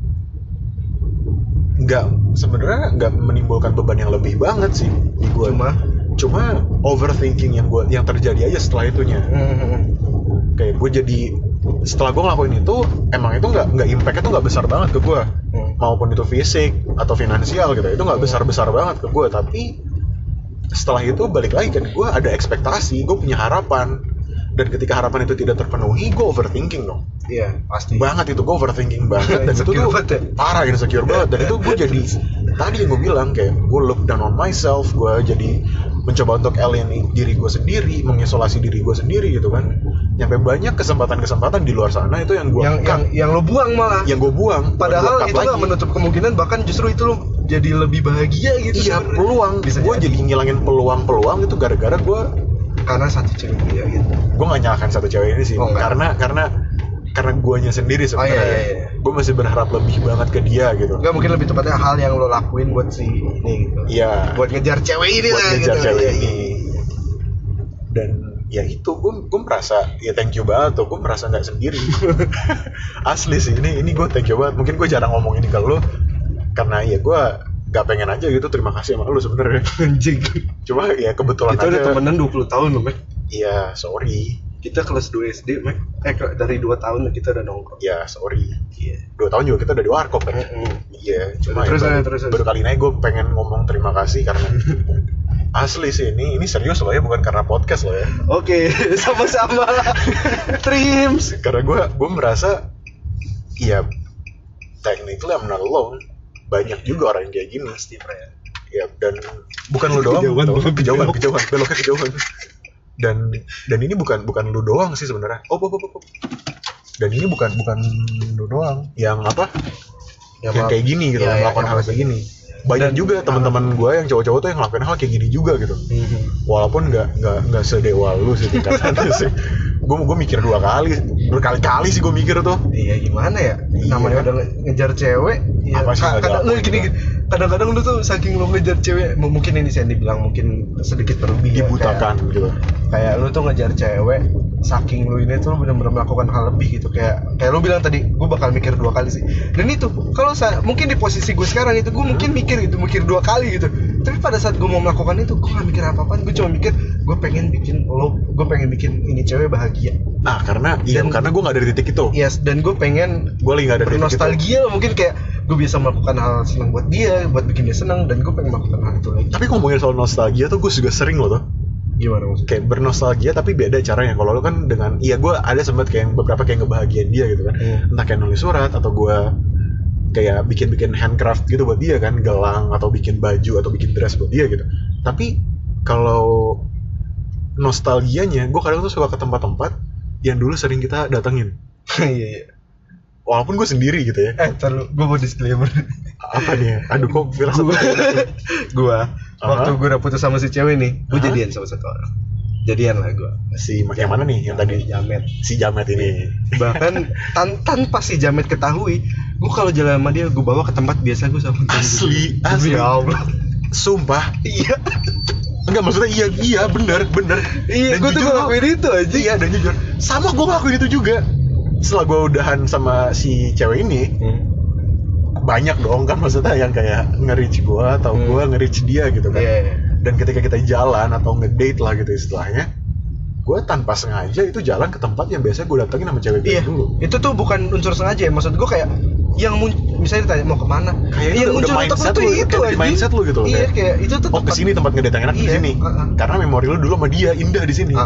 sebenarnya nggak menimbulkan beban yang lebih banget sih di gue. Cuma overthinking yang terjadi aja setelah itunya. Kayak gue jadi, setelah gue ngelakuin itu, emang itu nggak impactnya tuh nggak besar banget ke gue, maupun itu fisik atau finansial gitu, itu nggak besar banget ke gue. Tapi setelah itu balik lagi kan, gue ada ekspektasi, gue punya harapan, dan ketika harapan itu tidak terpenuhi, gue overthinking dong. Iya, pasti banget itu, gue overthinking banget. Dan itu tuh parah, insecure banget. Dan itu gue jadi, tadi yang gue bilang, kayak gue look down on myself, gue jadi mencoba untuk alienate diri gue sendiri, mengisolasi diri gue sendiri gitu kan. Nyampe banyak kesempatan di luar sana itu yang gue yang lo buang malah. Yang gue buang. Padahal itu nggak menutup kemungkinan, bahkan justru itu lo jadi lebih bahagia gitu. Iya, peluang. Gue jadi ngilangin peluang itu gara-gara gue, karena satu cewek dia gitu. Gue nggak nyalakan satu cewek ini sih. Karena guanya sendiri sebenarnya. Gue masih berharap lebih banget ke dia gitu. Enggak, mungkin lebih tepatnya hal yang lo lakuin buat si ini gitu. Iya. Buat ngejar cewek ini lah. Dan ya itu, gue merasa ya thank you banget tuh. Gue merasa nggak sendiri. Asli sih, ini gue thank you banget. Mungkin gue jarang ngomong ini ke lo. karena ya gue gak pengen aja gitu terima kasih sama lu sebenarnya. Anjing. Cuma ya kebetulan Kita aja. udah temenan 20 tahun loh, Mek. Iya, sorry. Kita kelas 2 SD, Mek. Dari 2 tahun kita udah nongkrong. Ya, sorry. Iya. 2 tahun juga kita udah di warkop kan. Iya, cuma Terus. baru kali ini gue pengen ngomong terima kasih karena asli sih ini serius loh ya, bukan karena podcast loh ya. Oke, sama-sama. Trims. Karena gue merasa ya technically I'm not alone. Banyak juga orang yang kayak gini. Pasti, Pre. Ya, dan bukan lu doang. Kejauhan, beloknya kejauhan. Dan ini bukan lu doang sih sebenarnya. Dan ini bukan lu doang yang apa? Yang kayak gini gitu, melakukan hal kayak gini. Banyak juga teman-teman gue yang cowok-cowok tuh yang ngelakuin hal kayak gini juga gitu. Walaupun nggak sedewa lu sih tingkatannya sih. Gue mikir berkali-kali sih gue mikir tuh. Iya, gimana ya? Namanya udah ngejar cewek. Ya, apa sih kadang-kadang lu tuh saking lu ngejar cewek, mungkin ini saya dibilang mungkin sedikit berlebih. Dibutakan ya, gitu. Kayak lu tuh ngejar cewek, saking lu ini tuh lu benar-benar melakukan hal lebih gitu. Kayak lu bilang tadi, gue bakal mikir 2 kali sih. Dan itu kalau mungkin di posisi gue sekarang itu gue mungkin mikir 2 kali gitu. Tapi pada saat gue mau melakukan itu, gue gak mikir apa-apaan. Gue cuma mikir gue pengen bikin ini cewek bahagia. Nah, karena gue gak ada di titik itu. Yes, dan gue pengen lagi gak ada di titik nostalgia itu. Mungkin kayak gue bisa melakukan hal senang buat dia, buat bikin dia senang, dan gue pengen melakukan hal itu lagi. Tapi ngomongin soal nostalgia tuh gue juga sering loh tuh. Gimana maksudnya? Kayak bernostalgia tapi beda caranya. Kalau lo kan dengan, iya gue ada sempat kayak beberapa kayak ngebahagiain dia gitu kan. Entah kayak nulis surat atau gue kayak bikin handcraft gitu buat dia kan, gelang atau bikin baju atau bikin dress buat dia gitu. Tapi kalau nostalgianya, gue kadang tuh suka ke tempat-tempat yang dulu sering kita datengin. Iya. Walaupun gue sendiri gitu ya. Terus gue mau disclaimer. Apa nih? Aduh kok bilang sama gue waktu gue udah putus sama si cewek nih, gue jadian sama satu orang. Jadian lah gue. Yang mana nih? Yang tadi Jamet. Si Jamet ini. Bahkan tanpa si Jamet ketahui, gue kalau jalan sama dia gue bawa ke tempat biasa gue sama dia. Asli. Ya Allah. Sumpah. Iya. Enggak, maksudnya iya bener. Iya, gue tuh ngelakuin itu aja. Iya, dan jujur sama gue ngelakuin itu juga. Setelah gue udahan sama si cewek ini, banyak dong kan maksudnya yang kayak nge-reach gue atau gue nge-reach dia gitu kan. Dan ketika kita jalan atau ngedate lah gitu istilahnya, gue tanpa sengaja itu jalan ke tempat yang biasa gue datengin sama cewek gue dulu. Itu tuh bukan unsur sengaja ya, maksud gue kayak yang misalnya ditanya mau kemana, kayak yang muncul mindset lu itu aja. Mindset lu gitu loh. Iya, kayak itu tuh ke sini tempat ngedate enak di sini. Karena memori lu dulu sama dia indah di sini.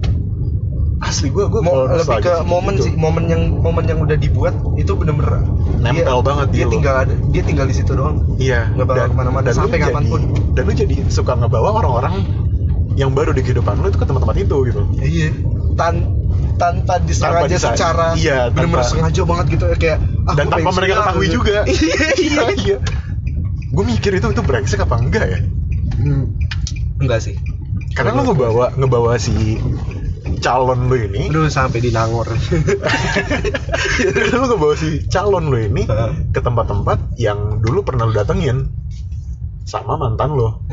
Asli gue lebih ke momen gitu. Sih, momen yang udah dibuat itu bener-bener nempel banget dia tinggal di situ doang. Iya. Nggak bakal kemana-mana sampai kapanpun. Dan lu jadi suka ngebawa orang-orang yang baru di kehidupan lu itu ke tempat-tempat itu gitu. Iya. Tanpa disengaja secara bener-bener sengaja banget gitu kayak dan tanpa mereka ketahui juga. Iya. Gue mikir itu brengsek apa enggak ya? Enggak sih. Karena lu ngebawa si calon lu ini sampai di Nangor. Lu ngebawa si calon lu ini ke tempat-tempat yang dulu pernah lu datengin sama mantan lu.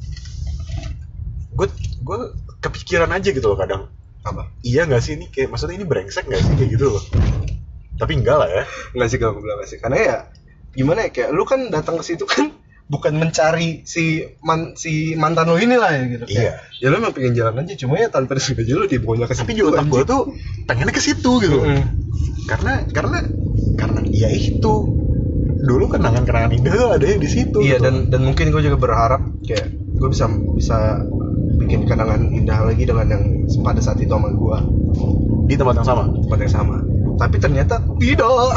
Gue kepikiran aja gitu loh kadang. Apa? Iya nggak sih ini kayak maksudnya ini brengsek nggak sih kayak gitu loh. Tapi enggak lah ya. Enggak sih kalau gue bilang nggak sih. Karena ya gimana ya, kayak lu kan datang ke situ kan bukan mencari si mantan lo ini lah ya gitu. Iya. Ya lu emang pengen jalan aja, cuma ya tanpa disengaja lu dibawa ke situ. Tapi di otak gue tuh pengennya ke situ gitu. Karena ya itu dulu kenangan-kenangan indah tuh ada di situ. Iya gitu. dan mungkin gue juga berharap kayak gue bisa bikin kenangan indah lagi dengan yang pada saat itu sama gue di tempat yang sama. Tapi ternyata tidak.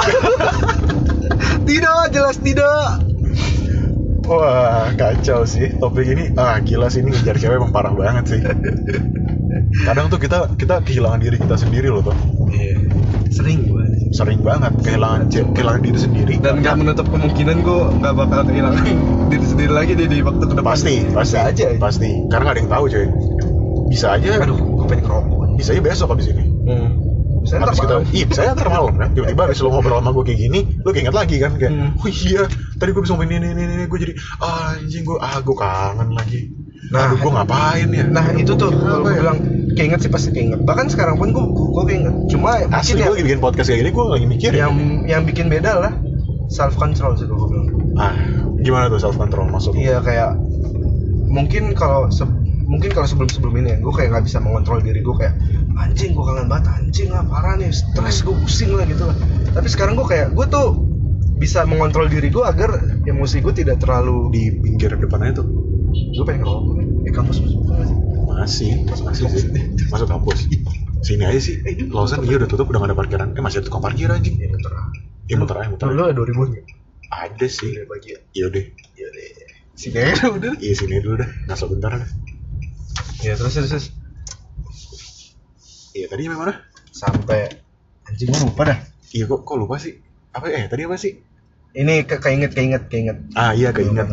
Jelas tidak. Wah, kacau sih topik ini. Gila sih, ini ngejar cewek emang parah banget sih. Kadang tuh kita kehilangan diri kita sendiri loh tuh. Iya. Sering banget kehilangan diri sendiri. Dan nggak menutup kemungkinan gue nggak bakal kehilangan diri sendiri lagi di waktu kedepan. Pasti. Karena nggak ada yang tahu cuy. Bisa aja. Aduh, gue pengen ngerokok. Bisa aja besok abis ini. Bisa ntar malam kan. Tiba-tiba abis lo ngobrol sama gue kayak gini, lo keinget lagi kan kayak, oh iya, tadi gue bisa ngomongin ini, gue jadi anjing gue kangen lagi. Nah, gue ngapain ya? Nah, itu tuh kalau gue bilang keinget sih pasti keinget. Bahkan sekarang pun gue keinget. Cuma asli gue lagi bikin podcast kayak gini, gue lagi mikir yang bikin beda lah self control sih gue bilang. Gimana tuh self control maksudnya? Iya kayak mungkin kalau sebelum ini ya, gue kayak nggak bisa mengontrol diri gue, kayak anjing gue kangen banget, anjing lah parah nih, stres gue pusing lah gitu lah. Tapi sekarang gue tuh bisa mengontrol diri gue agar emosi gue tidak terlalu Di pinggir depannya tuh. Gue pengen ngerokok nih. Kampus masih Masih sih. Masuk kampus. Sini aja sih. Lawson iya udah tutup, udah gak ada parkiran. Masih ada tukang parkir anjing. Iya muter. Iya muter. Lu ada 2000 nggak? Ada sih. Bagi ya. Iya deh. Sini aja udah. Iya sini dulu dah. Ngasih bentar dah. Ya terus. Iya tadi mana? Sampai anjing gue lupa dah. Iya kok lupa sih. Tadi apa sih? Ini keinget. Ah iya keinget.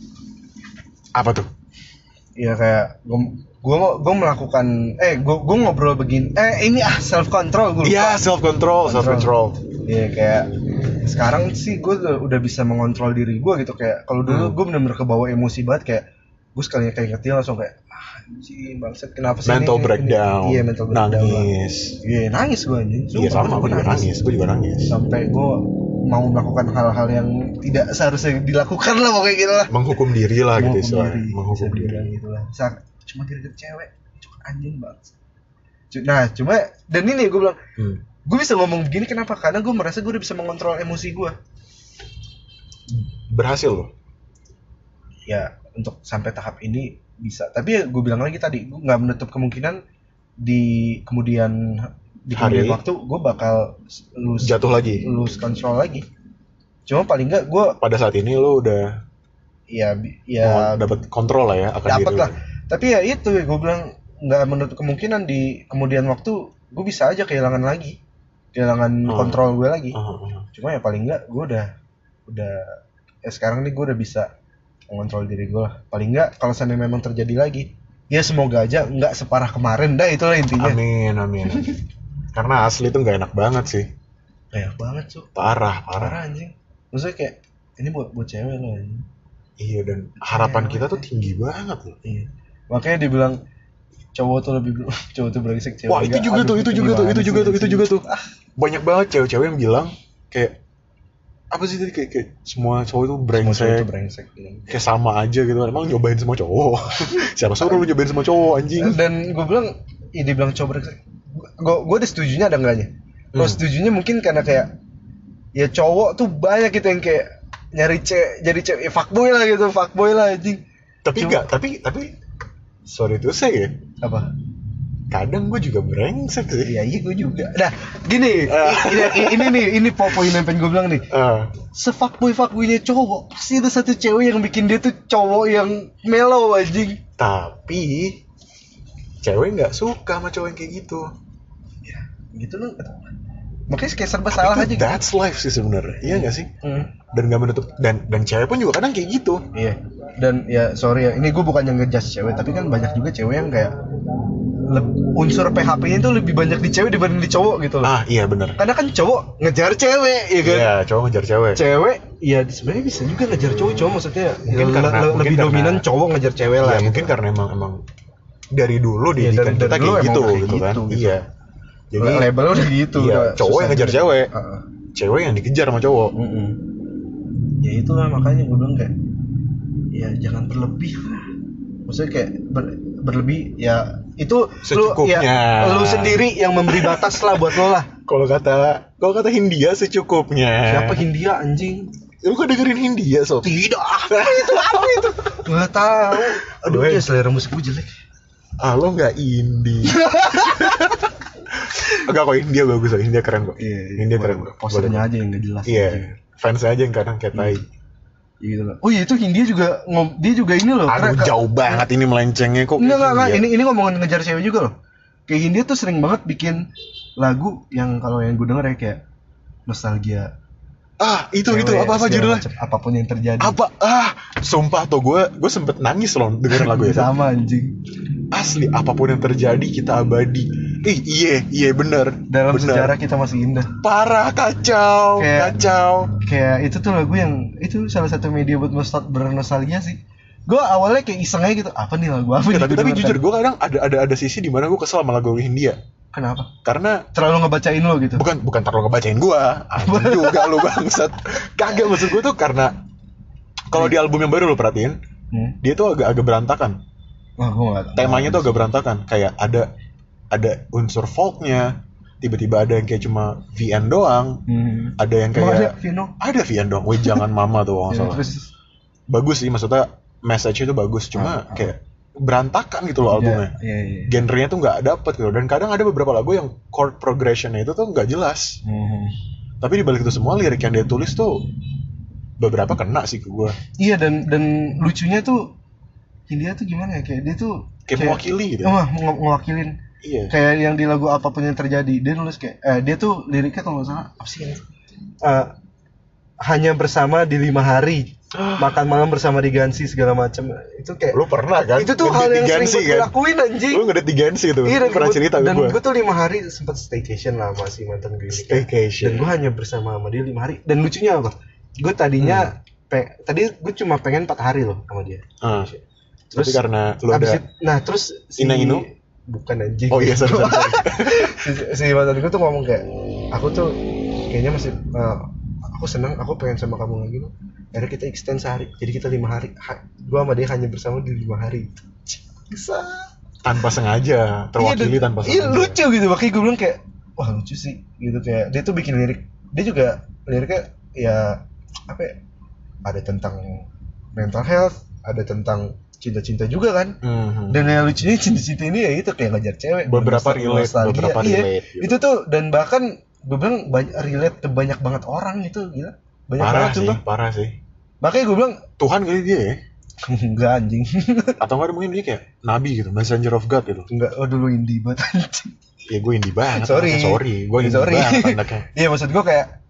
Apa tuh? Iya kayak gue melakukan gue ngobrol begini ini self control gue lupa. Iya self control. Iya kayak sekarang sih gue udah bisa mengontrol diri gue gitu, kayak kalau dulu gue benar-benar kebawa emosi banget, kayak gue sekali kayak ngerti langsung kayak anjing bangsat kenapa sih mental breakdown. Iya mental breakdown. Nangis gue anjing. Iya sama gue juga nangis. Sampai gue mau melakukan hal-hal yang tidak seharusnya dilakukan lah pokoknya gitu lah. Menghukum diri lah gitu istilahnya. Menghukum diri gitu lah. Cuma gara-gara cewek, cuma anjing banget. Nah cuma dan ini gue bilang gue bisa ngomong begini kenapa? Karena gue merasa gue udah bisa mengontrol emosi gue. Berhasil loh. Ya untuk sampai tahap ini bisa. Tapi ya gue bilang lagi tadi, gue nggak menutup kemungkinan di kemudian waktu gue bakal lose control lagi. Cuma paling nggak gue pada saat ini lo udah ya dapat kontrol lah ya akan diri. Dapat lah. Tapi ya itu gue bilang nggak menutup kemungkinan di kemudian waktu gue bisa aja kehilangan kontrol gue lagi. Cuma ya paling nggak gue udah ya sekarang nih gue udah bisa mengontrol diri gue lah. Paling nggak kalau seandainya memang terjadi lagi, ya semoga aja nggak separah kemarin dah, itulah intinya. Amin. Karena asli itu nggak enak banget sih. Gak enak banget tuh. Parah anjing. Maksudnya kayak ini buat cewek loh anjing. Iya dan harapan kita tuh tinggi banget loh. Iya. Makanya dibilang cowok tuh brengsek, cewek. Wah itu juga tuh. Banyak banget cewek-cewek yang bilang kayak apa sih tadi kayak semua cowok itu brengsek. Kayak sama aja gitu. Emang nyobain semua cowok. Siapa suruh lu nyobain semua cowok anjing? Dan gue bilang dibilang cowok brengsek. Gue udah setujunya ada enggaknya. Kalau setujunya mungkin karena kayak ya cowok tuh banyak gitu yang kayak nyari jadi cewek fuckboy lah anjing. Tapi sorry to say ya. Apa? Kadang gue juga brengsek sih. Iya gue juga. Nah gini, ini poin yang pengen gue bilang nih. Sefuckboy-fuckboynya cowok pasti ada satu cewek yang bikin dia tuh cowok yang mellow anjing. Tapi cewek nggak suka sama cowok yang kayak gitu. Ya gitu loh. Makanya kayak serba salah aja gitu. That's life sih sebenarnya. Iya nggak sih? Dan nggak menutup dan cewek pun juga kadang kayak gitu. Iya. Dan ya sorry ya, ini gue bukan yang ngejudge cewek, tapi kan banyak juga cewek yang kayak unsur PHP-nya itu lebih banyak di cewek dibanding di cowok gitu loh. Iya benar. Karena kan cowok ngejar cewek, ya kan? Iya, cowok ngejar cewek. Cewek, ya sebenarnya bisa juga ngejar cowok maksudnya. Mungkin lebih dominan cowok ngejar cewek lah. Ya gitu. Mungkin karena emang dari dulu didikan kita kayak gitu kan. Iya. Jadi labelnya udah gitu. Iya, cowok yang ngejar cewek. Cewek yang dikejar sama cowok. Ya itulah makanya gue bilang kayak ya jangan berlebih lah. Maksudnya kayak berlebih ya itu secukupnya. Lu sendiri yang memberi batas lah buat lo lah. Kalau kata Hindia secukupnya. Siapa Hindia anjing? Lu kan dengerin Hindia sob? Tidak. Apa itu? Nggak tahu. Aduh ya selera musik gue jelek. Lo nggak indie. Enggak kok Hindia bagus lah. Hindia keren kok. Hindia keren kok. Posternya aja yang nggak jelas. Iya. Fans aja yang kadang kayak tai. Gitu loh. Oh iya itu Hindia juga dia juga ini loh. Aduh jauh banget ini melencengnya kok. Enggak. Ini ngomongin ngejar cewek juga loh. Kayak Hindia tuh sering banget bikin lagu yang kalau yang gue denger ya kayak nostalgia. Itu apa judulnya? Apapun yang terjadi. Sumpah tuh gue sempet nangis loh dengerin lagu itu. Sama anjing. Asli apapun yang terjadi kita abadi. Iya bener. Dalam sejarah kita masih indah. Parah kacau. Kayak itu tuh lagu yang itu salah satu media buat bernostalgia sih. Gue awalnya kayak iseng aja gitu. Apa nih lagu apa? Tapi jujur gue kadang ada sisi di mana gue kesel sama lagu Hindia. Kenapa? Karena terlalu ngebacain lo gitu. Bukan terlalu ngebacain gue. Anjing juga lo bangsat. Kagak maksud gue tuh karena Kalau di album yang baru lo perhatiin, dia tuh agak berantakan. Temanya tuh agak berantakan. Kayak ada unsur folknya, tiba-tiba ada yang kayak cuma VN doang, ada yang kayak ada VN doang. Wih jangan mama tuh nggak salah. Bagus sih, maksudnya message itu bagus, cuma kayak berantakan gitu loh albumnya. Genrenya tuh nggak dapet gitu. Dan kadang ada beberapa lagu yang chord progressionnya itu tuh nggak jelas. Tapi dibalik itu semua lirik yang dia tulis tuh beberapa kena sih ke gue. Iya, dan lucunya tuh Hindia tuh gimana ya, kayak dia tuh kayak mewakili gitu. Ngewakilin. Iya. Kayak yang di lagu apapun yang terjadi, dia nulis kayak dia tuh liriknya kalau nggak salah apa sih ini? Hanya bersama di 5 hari, makan malam bersama di Gansi segala macam. Itu kayak lu pernah kan? Itu tuh hal yang sering gue lakuin anjing. Lu ngedit di Gansi tuh. Iya, pernah cerita ke gue. Dan gue tuh 5 hari sempat staycation lah masih mantan gue. Staycation. Dan gue hanya bersama sama dia 5 hari. Dan lucunya apa? Gue tadinya tadi gue cuma pengen 4 hari loh sama dia. Terus tapi karena lu ada terus Ina-Inu? Bukan anjing. Oh iya, sorry. si mantan gue tuh ngomong kayak, aku tuh kayaknya masih aku senang, aku pengen sama kamu lagi loh. Akhirnya kita extend sehari, jadi kita 5 hari. Gue sama dia hanya bersama di 5 hari. Bisa. Tanpa sengaja, terwakili tanpa sengaja. Iya lucu gitu, makanya gue bilang kayak, wah lucu sih, gitu kayak dia tuh bikin lirik, dia juga liriknya ya apa ya? Ada tentang mental health, ada tentang cinta-cinta juga kan. Dan yang lucunya cinta-cinta ini ya itu kayak ngejar cewek. Beberapa relate. Iya. Gitu. Itu tuh, dan bahkan gue bilang relate ke banyak banget orang gitu, gila. Banyak parah sih. Makanya gue bilang Tuhan kali dia ya. Enggak anjing. Atau enggak mungkin dia kayak nabi gitu, messenger of God gitu. Enggak, dulu indie banget anjing. Ya gue indie banget. Sorry. Gue indie banget anaknya. Iya, maksud gue kayak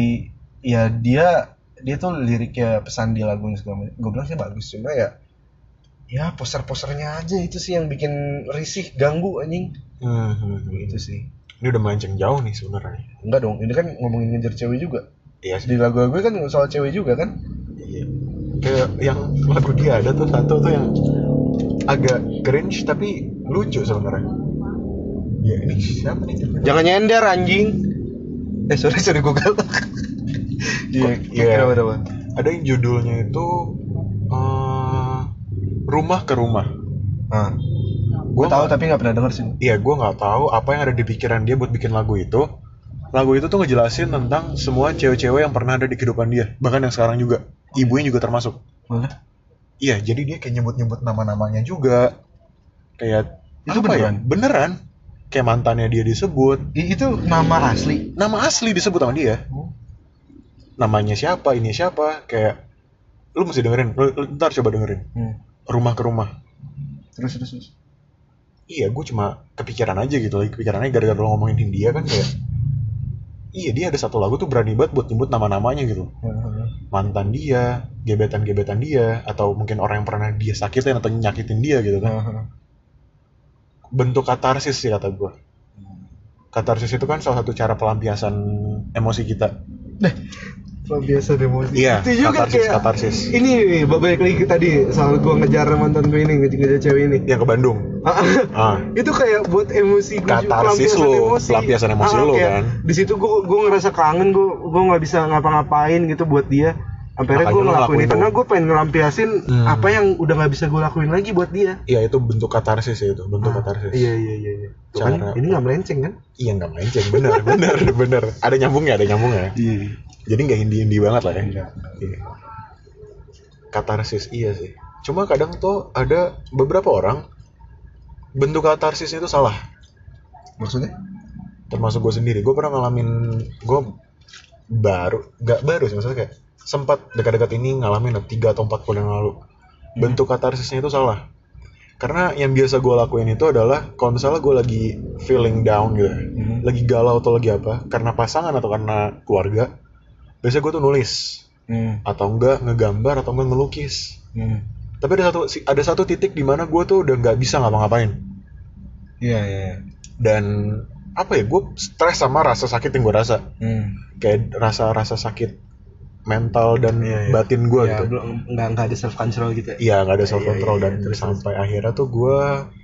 dia tuh liriknya, pesan di lagunya segala macam. Gue bilang sih bagus, cuma ya poster-posternya aja itu sih yang bikin risih, ganggu anjing. Itu sih. Ini udah melenceng jauh nih sebenarnya. Enggak dong, ini kan ngomongin ngejar cewek juga. Iya sih. Di lagu-lagu kan soal cewek juga kan? Iya. Kayak yang lagu dia ada tuh satu tuh yang agak cringe tapi lucu sebenarnya. Ya ini siapa nih? Jangan nyender anjing. Sorry gue galak. Iya. Kenapa? Ada yang judulnya itu Rumah ke Rumah. Gue tahu tapi nggak pernah denger sih. Iya, gue nggak tahu apa yang ada di pikiran dia buat bikin lagu itu. Lagu itu tuh ngejelasin tentang semua cewek-cewek yang pernah ada di kehidupan dia, bahkan yang sekarang juga, ibunya juga termasuk. Mana? Iya, jadi dia kayak nyebut-nyebut nama-namanya juga. Kayak itu beneran? Beneran. Kayak mantannya dia disebut. Itu nama asli? Nama asli disebut sama dia. Namanya siapa, ini siapa, kayak lu mesti dengerin, lu ntar coba dengerin. Rumah ke Rumah. Terus. Iya, gue cuma kepikiran aja gitu. Kepikirannya gara-gara lo ngomongin Hindia kan kayak, iya dia ada satu lagu tuh berani banget buat nyebut nama-namanya gitu. Mantan dia, gebetan-gebetan dia, atau mungkin orang yang pernah dia sakitin atau nyakitin dia gitu kan. Bentuk katarsis sih kata gue. Katarsis itu kan salah satu cara pelampiasan emosi kita. Biasa emosi. Iya, itu juga katarsis. Ini balik lagi tadi soal gue ngejar mantan gue ini, ngejar cewek ini. Yang ke Bandung. Itu kayak buat emosi gue, katarsis lo, pelampiasan emosi lo kan. Di situ gue ngerasa kangen, gue nggak bisa ngapa-ngapain gitu buat dia. Akhirnya gue ngelakuin itu karena gue pengen ngelampiasin apa yang udah nggak bisa gue lakuin lagi buat dia. Iya, itu bentuk katarsis ya, itu bentuk katarsis. Iya. Kan ini nggak melenceng kan? Iya, nggak melenceng, bener. Ada nyambungnya. Iya. Jadi nggak indie banget lah ya. Iya. Katarsis iya sih. Cuma kadang tuh ada beberapa orang bentuk katarsisnya itu salah. Maksudnya? Termasuk gue sendiri. Gue pernah ngalamin, gue gak baru sih, maksudnya kayak sempat dekat-dekat ini ngalamin 3 atau 4 bulan yang lalu. Bentuk katarsisnya itu salah. Karena yang biasa gue lakuin itu adalah kalau misalnya gue lagi feeling down gitu, lagi galau atau lagi apa, karena pasangan atau karena keluarga, biasanya gue tuh nulis, atau enggak ngegambar, atau enggak ngelukis. Tapi ada satu titik di mana gue tuh udah nggak bisa ngapa-ngapain. Iya. Dan apa ya, gue stres sama rasa sakit yang gue rasa. Kayak rasa sakit mental dan batin gue gitu. Nggak ada self control gitu. Iya, nggak ada self control dan sampai akhirnya tuh gue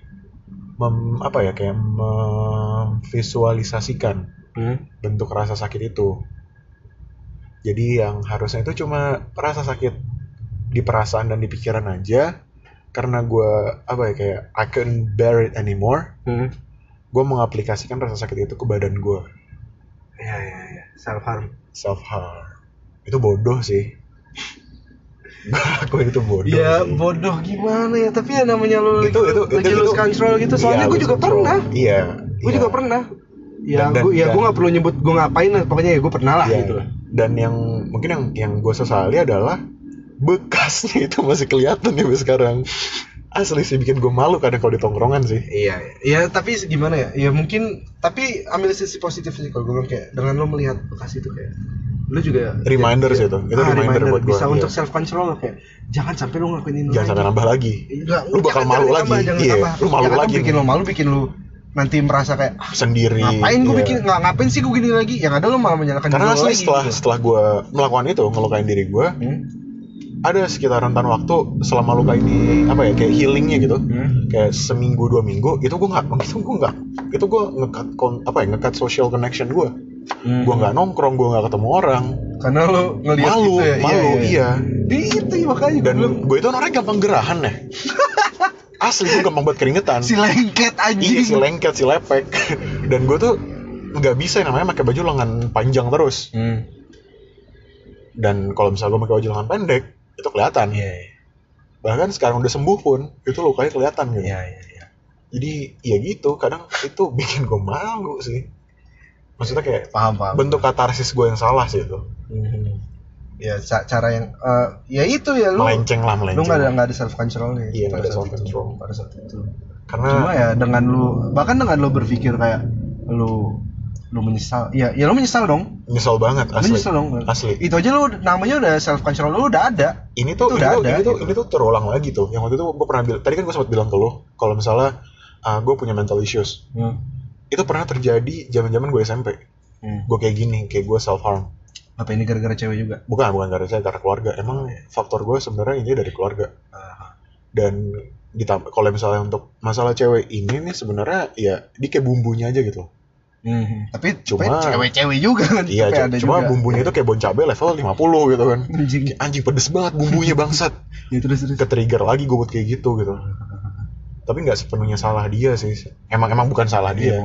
memvisualisasikan bentuk rasa sakit itu. Jadi yang harusnya itu cuma rasa sakit di perasaan dan di pikiran aja, karena gue kayak I couldn't bear it anymore. Gue mengaplikasikan rasa sakit itu ke badan gue. Iya. Self harm. Itu bodoh sih. Aku itu bodoh. Ya sih. bodoh gimana ya, tapi ya namanya lo itu lose control gitu. Soalnya gue juga pernah. Gue juga pernah. Ya gue nggak perlu nyebut gue ngapain, pokoknya ya gue pernah lah gitu. Dan yang mungkin yang gue sesali adalah bekasnya itu masih kelihatan ya sampai sekarang. Asli sih bikin gue malu kadang kalau di tongkrongan sih. Iya tapi gimana ya? Ya mungkin, tapi ambil sisi positif sih kalau gue bilang, kayak dengan lo melihat bekas itu kayak lu juga reminder sih itu reminder buat gue bisa untuk self control, kayak jangan sampai lu ngelakuin ini jangan sampai nambah lagi. Lu bakal malu lagi. Lu malu lagi. Bikin lu nanti merasa kayak sendiri. Ngapain gue ngapain sih gue gini lagi? Yang ada lu malah menyalahkan diri lu lagi. Karena setelah gue melakukan itu, ngelukain diri gue, ada sekitar rentan waktu selama luka ini kayak healingnya gitu, kayak seminggu 2 minggu itu gue ngecut social connection gue. Gue nggak nongkrong, gue nggak ketemu orang karena lo ngeliat malu, iya. Itu makanya dan gue itu orangnya gampang gerahan ya. Asli gue gampang buat keringetan. Si lengket anjing. Si lengket, si lepek. Dan gue tuh nggak bisa yang namanya pakai baju lengan panjang terus. Dan kalau misalnya gue pakai baju lengan pendek itu kelihatan. Bahkan sekarang udah sembuh pun itu lukanya kelihatan gitu. Jadi ya gitu, kadang itu bikin gue malu sih. Maksudnya kayak paham. Bentuk katarsis gue yang salah sih itu. Ya cara yang ya itu ya lu melenceng. Lu nggak ada self controlnya. Iya, nggak ada self control pada saat itu. Karena cuma ya dengan lu berpikir kayak lu menyesal. Ya lu menyesal dong. Menyesal banget asli. Menyesal dong. Asli. Itu aja lu namanya udah self control lu udah ada. Ini tuh terulang lagi tuh. Yang waktu itu gue pernah bilang, tadi kan gue sempat bilang ke lu kalau misalnya gue punya mental issues. Itu pernah terjadi zaman-zaman gue SMP. Gue kayak gini, kayak gue self harm. Apa ini gara-gara cewek juga? Bukan gara-gara cewek, karena keluarga. Emang faktor gue sebenarnya ini dari keluarga. Dan ditambah kalau misalnya untuk masalah cewek ini nih sebenarnya ya dia kayak bumbunya aja gitu. Tapi cuma cewek-cewek juga kan. Iya, cuma juga. Bumbunya itu kayak bon cabai level 50 gitu kan. Anjing pedes banget bumbunya bangsat. Ya terus. Ke-trigger lagi gue buat kayak gitu. Tapi nggak sepenuhnya salah dia sih. Emang bukan salah dia.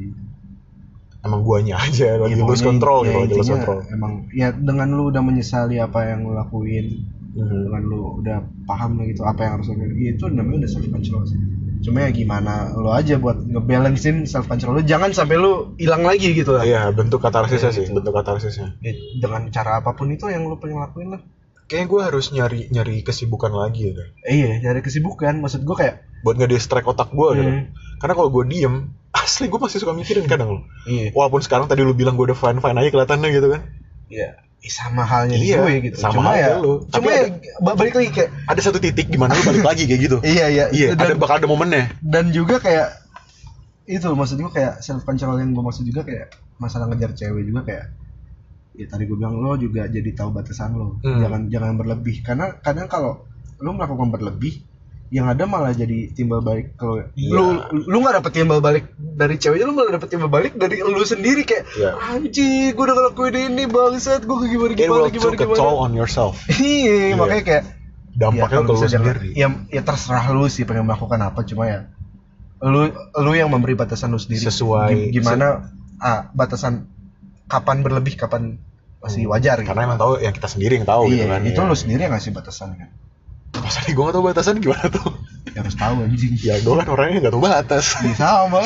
Emang guanya aja lagi lose control gitu, lose control. Emang ya dengan lu udah menyesali apa yang lu lakuin, dengan lu udah paham gitu apa yang harus lu lakuin, itu namanya udah self control sih. Cuma ya gimana lu aja buat ngebalancein self control lu, jangan sampai lu hilang lagi gitu lah. Iya, bentuk katarsisnya sih, bentuk katarsisnya. Ya, dengan cara apapun itu yang lu pengen lakuin lah. Kayaknya gue harus nyari kesibukan lagi ya. Iya, nyari kesibukan. Maksud gue kayak buat nge-distract otak gue gitu. Karena kalau gue diem, asli gue masih suka mikirin kadang loh. Walaupun sekarang tadi lu bilang gue udah fine aja kelihatannya gitu kan. Iya. Sama halnya di gue gitu. Sama halnya lu. Cuma ya balik lagi kayak ada satu titik di mana lu balik lagi kayak gitu. Iya. Bakal ada momennya. Dan juga kayak itu maksud gue kayak self control yang gue maksud juga kayak masalah ngejar cewek juga kayak ya tadi gue bilang lo juga jadi tahu batasan lo. Jangan berlebih, karena kadang kalau lo melakukan berlebih yang ada malah jadi timbal balik. Kalau lu nggak dapet timbal balik dari ceweknya, lu malah dapet timbal balik dari lu sendiri kayak anjing gue udah ngelakuin ini bangsat, gue gimana. It will toll on yourself. Iya, makanya kayak dampaknya ke lu sendiri. Ya terserah lu sih pengen melakukan apa, cuma ya lu yang memberi batasan lu sendiri. Sesuai gimana batasan kapan berlebih, kapan masih wajar gitu. Karena emang tahu yang kita sendiri yang tahu gitu kan. Itu lu sendiri yang ngasih batasan kan. Masa nih gue gak tau batasan gimana tuh? Ya harus tahu anjing. Ya gue kan orangnya gak tau batas. Sama.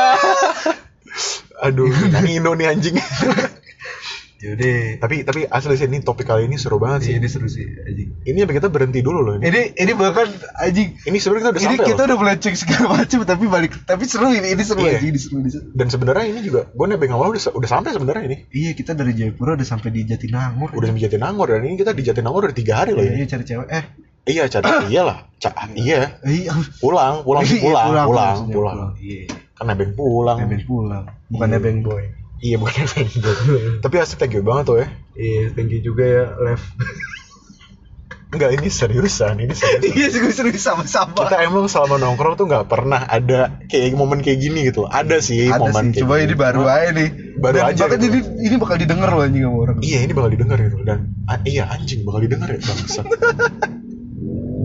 Aduh, kan Indo nih anjing. Yaudah. Tapi asli sih ini topik kali ini seru banget sih. Ini seru sih anjing. Ini apa kita berhenti dulu loh ini. Ini bahkan anjing. Ini sebenarnya kita udah sampai. Kita udah melenceng segala macam tapi seru ini seru anjing, ini seru. Dan sebenarnya ini juga gue nebeng awal udah sampai sebenarnya ini. Iya, kita dari Jayapura udah sampai di Jatinangor. Udah sampai Jatinangor, dan ini kita di Jatinangor udah 3 hari loh ini. Iya, cari cewek. Iya, cari iyalah. Iya. Pulang. Iya. Kan nebeng pulang. Bukan nebeng boy. Iya, bukan nebeng boy. Tapi asli thank you banget tuh ya. Iya, thank you juga ya, Lev. Enggak, ini seriusan. Iya, serius sama-sama. Kita emang selama nongkrong tuh nggak pernah ada kayak momen kayak gini gitu. Ada sih momen kayak coba gini. Ini baru aja nih. Baru aja. Bahkan gitu. Ini bakal didengar loh anjing sama orang. Iya, ini bakal didengar gitu. Dan iya anjing bakal didengar ya bangsat.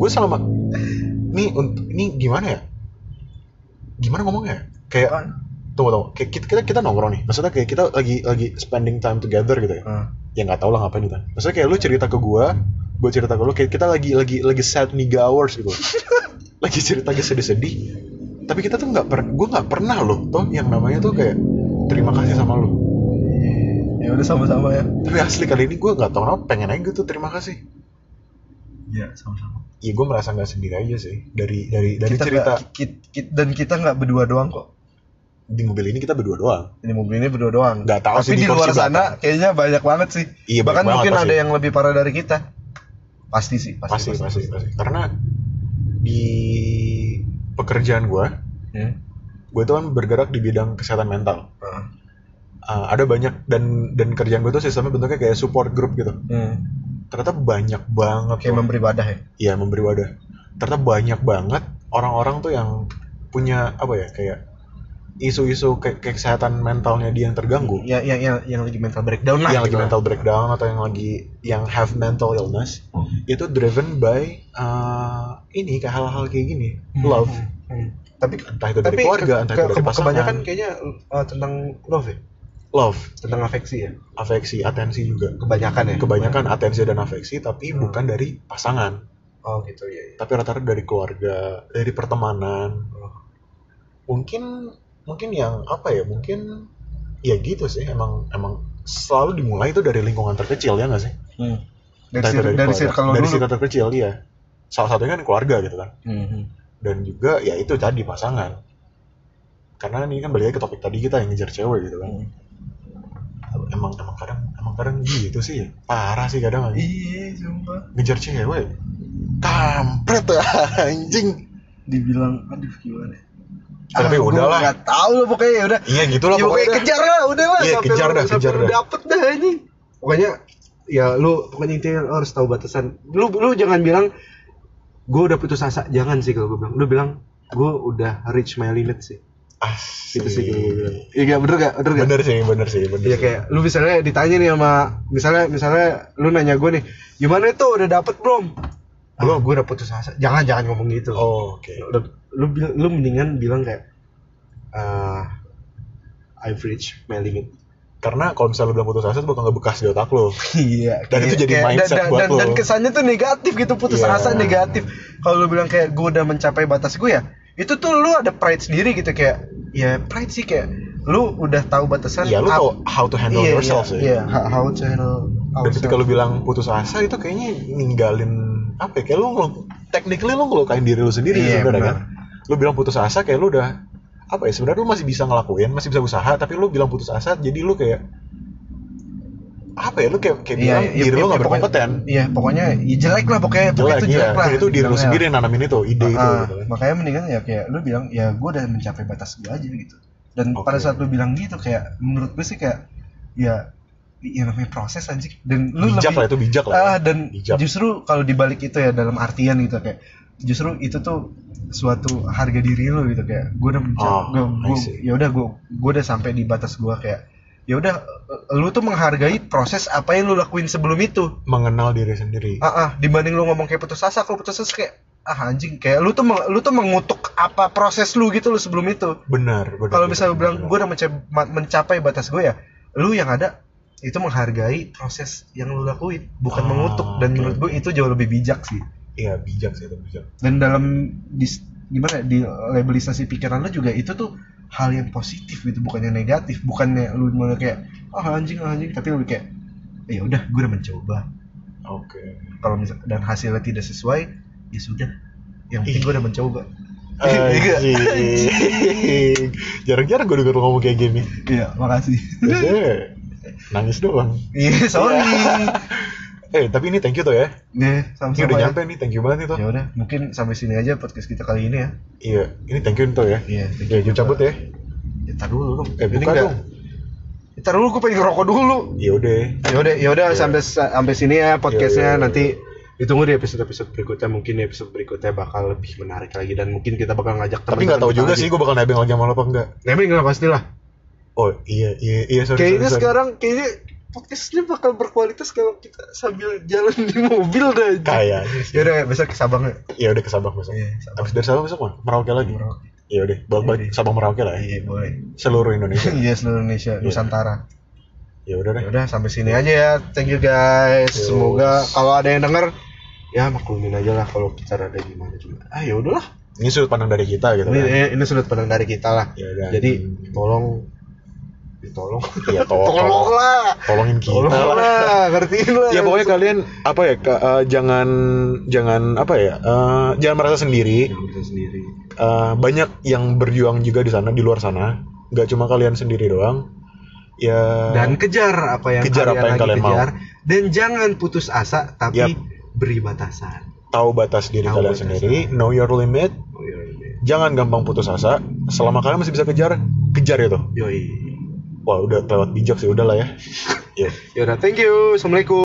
gue selama ini gimana ya? Gimana ngomongnya? Kayak tunggu. Kayak kita nongkrong nih. Maksudnya kayak kita lagi spending time together gitu ya. Ya nggak tahu lah ngapain kita. Maksudnya kayak lu cerita ke gue cerita ke lu, kayak kita lagi sad nigga hours gitu. Lagi cerita sedih-sedih. Tapi kita tuh gue nggak pernah loh tuh yang namanya tuh kayak terima kasih sama lu. Ya udah sama-sama ya. Tapi asli kali ini gue nggak tahu kenapa pengen aja gitu terima kasih. Iya sama-sama. Iya gue merasa nggak sendiri aja sih dari kita cerita. Dan kita nggak berdua doang kok. Di mobil ini kita berdua doang. Di mobil ini berdua doang. Nggak tahu sih di luar sana kayaknya banyak banget sih. Iya, bahkan banget, mungkin pasti. ada yang lebih parah dari kita. Pasti. Karena di pekerjaan gue itu kan bergerak di bidang kesehatan mental. Ada banyak dan kerjaan gue tuh sistemnya bentuknya kayak support group gitu. Ternyata banyak banget kayak memberi wadah ya. Iya, memberi wadah. Ternyata banyak banget orang-orang tuh yang punya apa ya, kayak isu-isu kayak kesehatan mentalnya dia yang terganggu. Yang lagi mental breakdown lah. Yang lagi mental breakdown atau yang have mental illness itu driven by ini kayak hal-hal kayak gini, love. Tapi entah itu dari keluarga, entah itu dari pasangan. Kebanyakan kayaknya tentang love ya. Love, tentang afeksi ya. Afeksi, atensi juga. Kebanyakan atensi dan afeksi, tapi bukan dari pasangan. Oh gitu ya. Tapi rata-rata dari keluarga, dari pertemanan. Mungkin yang apa ya? Mungkin ya gitu sih. Emang selalu dimulai itu dari lingkungan terkecil ya nggak sih? Dari circle terkecil ya. Salah satunya kan keluarga gitu kan. Dan juga ya itu tadi pasangan. Karena ini kan balik lagi ke topik tadi kita yang ngejar cewek gitu kan. Emang kadang gitu sih ya. Parah sih kadang. Iya, sumpah. Ngejar cewek. Kampret anjing. Dibilang aduh gimana. Tapi udahlah. Enggak tahu lah pokoknya ya udah. Iya gitulah pokoknya. Kejar lah, udahlah. Iya, kejar dah. Dapet dah ini. Pokoknya ya pokoknya intinya lo harus tahu batasan. Lu jangan bilang gue udah putus asa. Jangan sih kalau gue bilang. Lu bilang gue udah reach my limit sih. Gitu sih kalau gue bilang. Iya bener gak? Bener sih. Iya kayak lu misalnya ditanya nih sama misalnya lu nanya gue nih, gimana itu udah dapet belum? Belum, gue udah putus asa. Jangan ngomong gitu. Oh, oke. Lu mendingan bilang kayak I've reached my limit. Karena kalau misalnya lu bilang putus asa itu bakal ngebekas di otak lu. Iya. Dan itu jadi mindset buat lu. Dan kesannya tuh negatif gitu, putus asa negatif. Kalau lu bilang kayak gue udah mencapai batas gue ya, itu tuh lu ada pride sendiri gitu kayak, ya pride sih kayak lu udah tahu batasan. Iya, lu tahu how to handle yourself sih. Iya, how to handle. Dan ketika lu bilang putus asa itu kayaknya ninggalin apa ya? Kayak lu technically lu ngelukain diri lu sendiri sebenarnya kan. Lu bilang putus asa kayak lu udah apa ya, sebenarnya lu masih bisa ngelakuin, masih bisa usaha, tapi lu bilang putus asa jadi lu kayak apa ya, lu kayak bilang diri lu gak berkompeten. Iya, pokoknya jelek lah pokoknya itu jelek lah. Itu diri lu sendiri yang nanamin itu, ide itu gitu. Makanya mendingan ya kayak lu bilang ya gue udah mencapai batas gue aja gitu. Dan pada saat lu bilang gitu kayak menurut gue sih kayak ya namanya proses anjing. Dan lu bijak lah. Dan bijak. Justru kalau dibalik itu ya dalam artian gitu kayak justru itu tuh suatu harga diri lu gitu kayak gue udah gue udah sampai di batas gue kayak ya udah lu tuh menghargai proses apa yang lu lakuin sebelum itu, mengenal diri sendiri. Dibanding lu ngomong kayak putus asa, kalau putus asa kayak anjing kayak lu tuh mengutuk apa proses lu gitu lu sebelum itu. Benar. Kalau misalnya bilang gue udah mencapai batas gue ya, lu yang ada itu menghargai proses yang lu lakuin, bukan mengutuk. Dan menurut gue itu jauh lebih bijak sih. Iya, bijak sih, itu bijak. Dan dalam di labelisasi pikiran lu juga itu tuh hal yang positif gitu, bukannya negatif. Bukannya lu malah kayak anjing tapi lu kayak ya udah gue udah mencoba. Oke. Kalau misalnya dan hasilnya tidak sesuai ya sudah, yang penting gue udah mencoba. Jarang-jarang gue denger lu ngomong kayak gini. Iya, makasih. Biasanya nangis doang. Iya, sorry. Tapi ini thank you tuh ya. Iya, sama-sama. Ini udah nyampe nih, thank you banget itu. Ya udah, mungkin sampai sini aja podcast kita kali ini ya. Iya, ini thank you tuh ya. Iya, thank you. Gue cabut ya. Tar dulu dong. Buka dong. Tar dulu, gue pengen ngerokok dulu. Ya udah sampai sini ya podcastnya. Nanti ditunggu di episode berikutnya. Mungkin episode berikutnya bakal lebih menarik lagi dan mungkin kita bakal ngajak teman. Tapi nggak tahu juga sih gue bakal nebeng lagi sama lo apa enggak. Nebeng nggak pastilah. Oh iya sorry. Kayaknya sekarang kayaknya podcastnya bakal berkualitas kalau kita sambil jalan di mobil dah. Kayaknya. Ya udah besok ke Sabang ya. Ya udah ke Sabang besok. Iya, Sabang. Habis dari Sabang besok mana? Merauke lagi. Ya udah, balik Sabang Merauke lah ya. Iya boleh. Seluruh Indonesia. Iya seluruh Indonesia, Nusantara. Ya udah deh. Ya udah sampai sini aja ya. Thank you guys. Yo. Semoga kalau ada yang denger ya maklumin aja lah kalau kita rada gimana juga. Ya udahlah. Ini sudut pandang dari kita gitu kan. Ini sudut pandang dari kita lah. Ya udah. Jadi tolong. Iya, Tolong lah. Tolongin kita Tolong lah, ngertiin lah. Ya pokoknya kalian apa ya jangan apa ya jangan merasa sendiri. Banyak yang berjuang juga di sana, di luar sana. Nggak cuma kalian sendiri doang. Ya. Dan kejar apa yang kalian mau. Dan jangan putus asa, tapi beri batasan. Tahu batas diri kalian sendiri. Know your limit. Jangan gampang putus asa. Selama kalian masih bisa kejar itu. Yoi. Wah udah lewat bijak sih, udahlah ya. Ya udah, thank you. Assalamualaikum.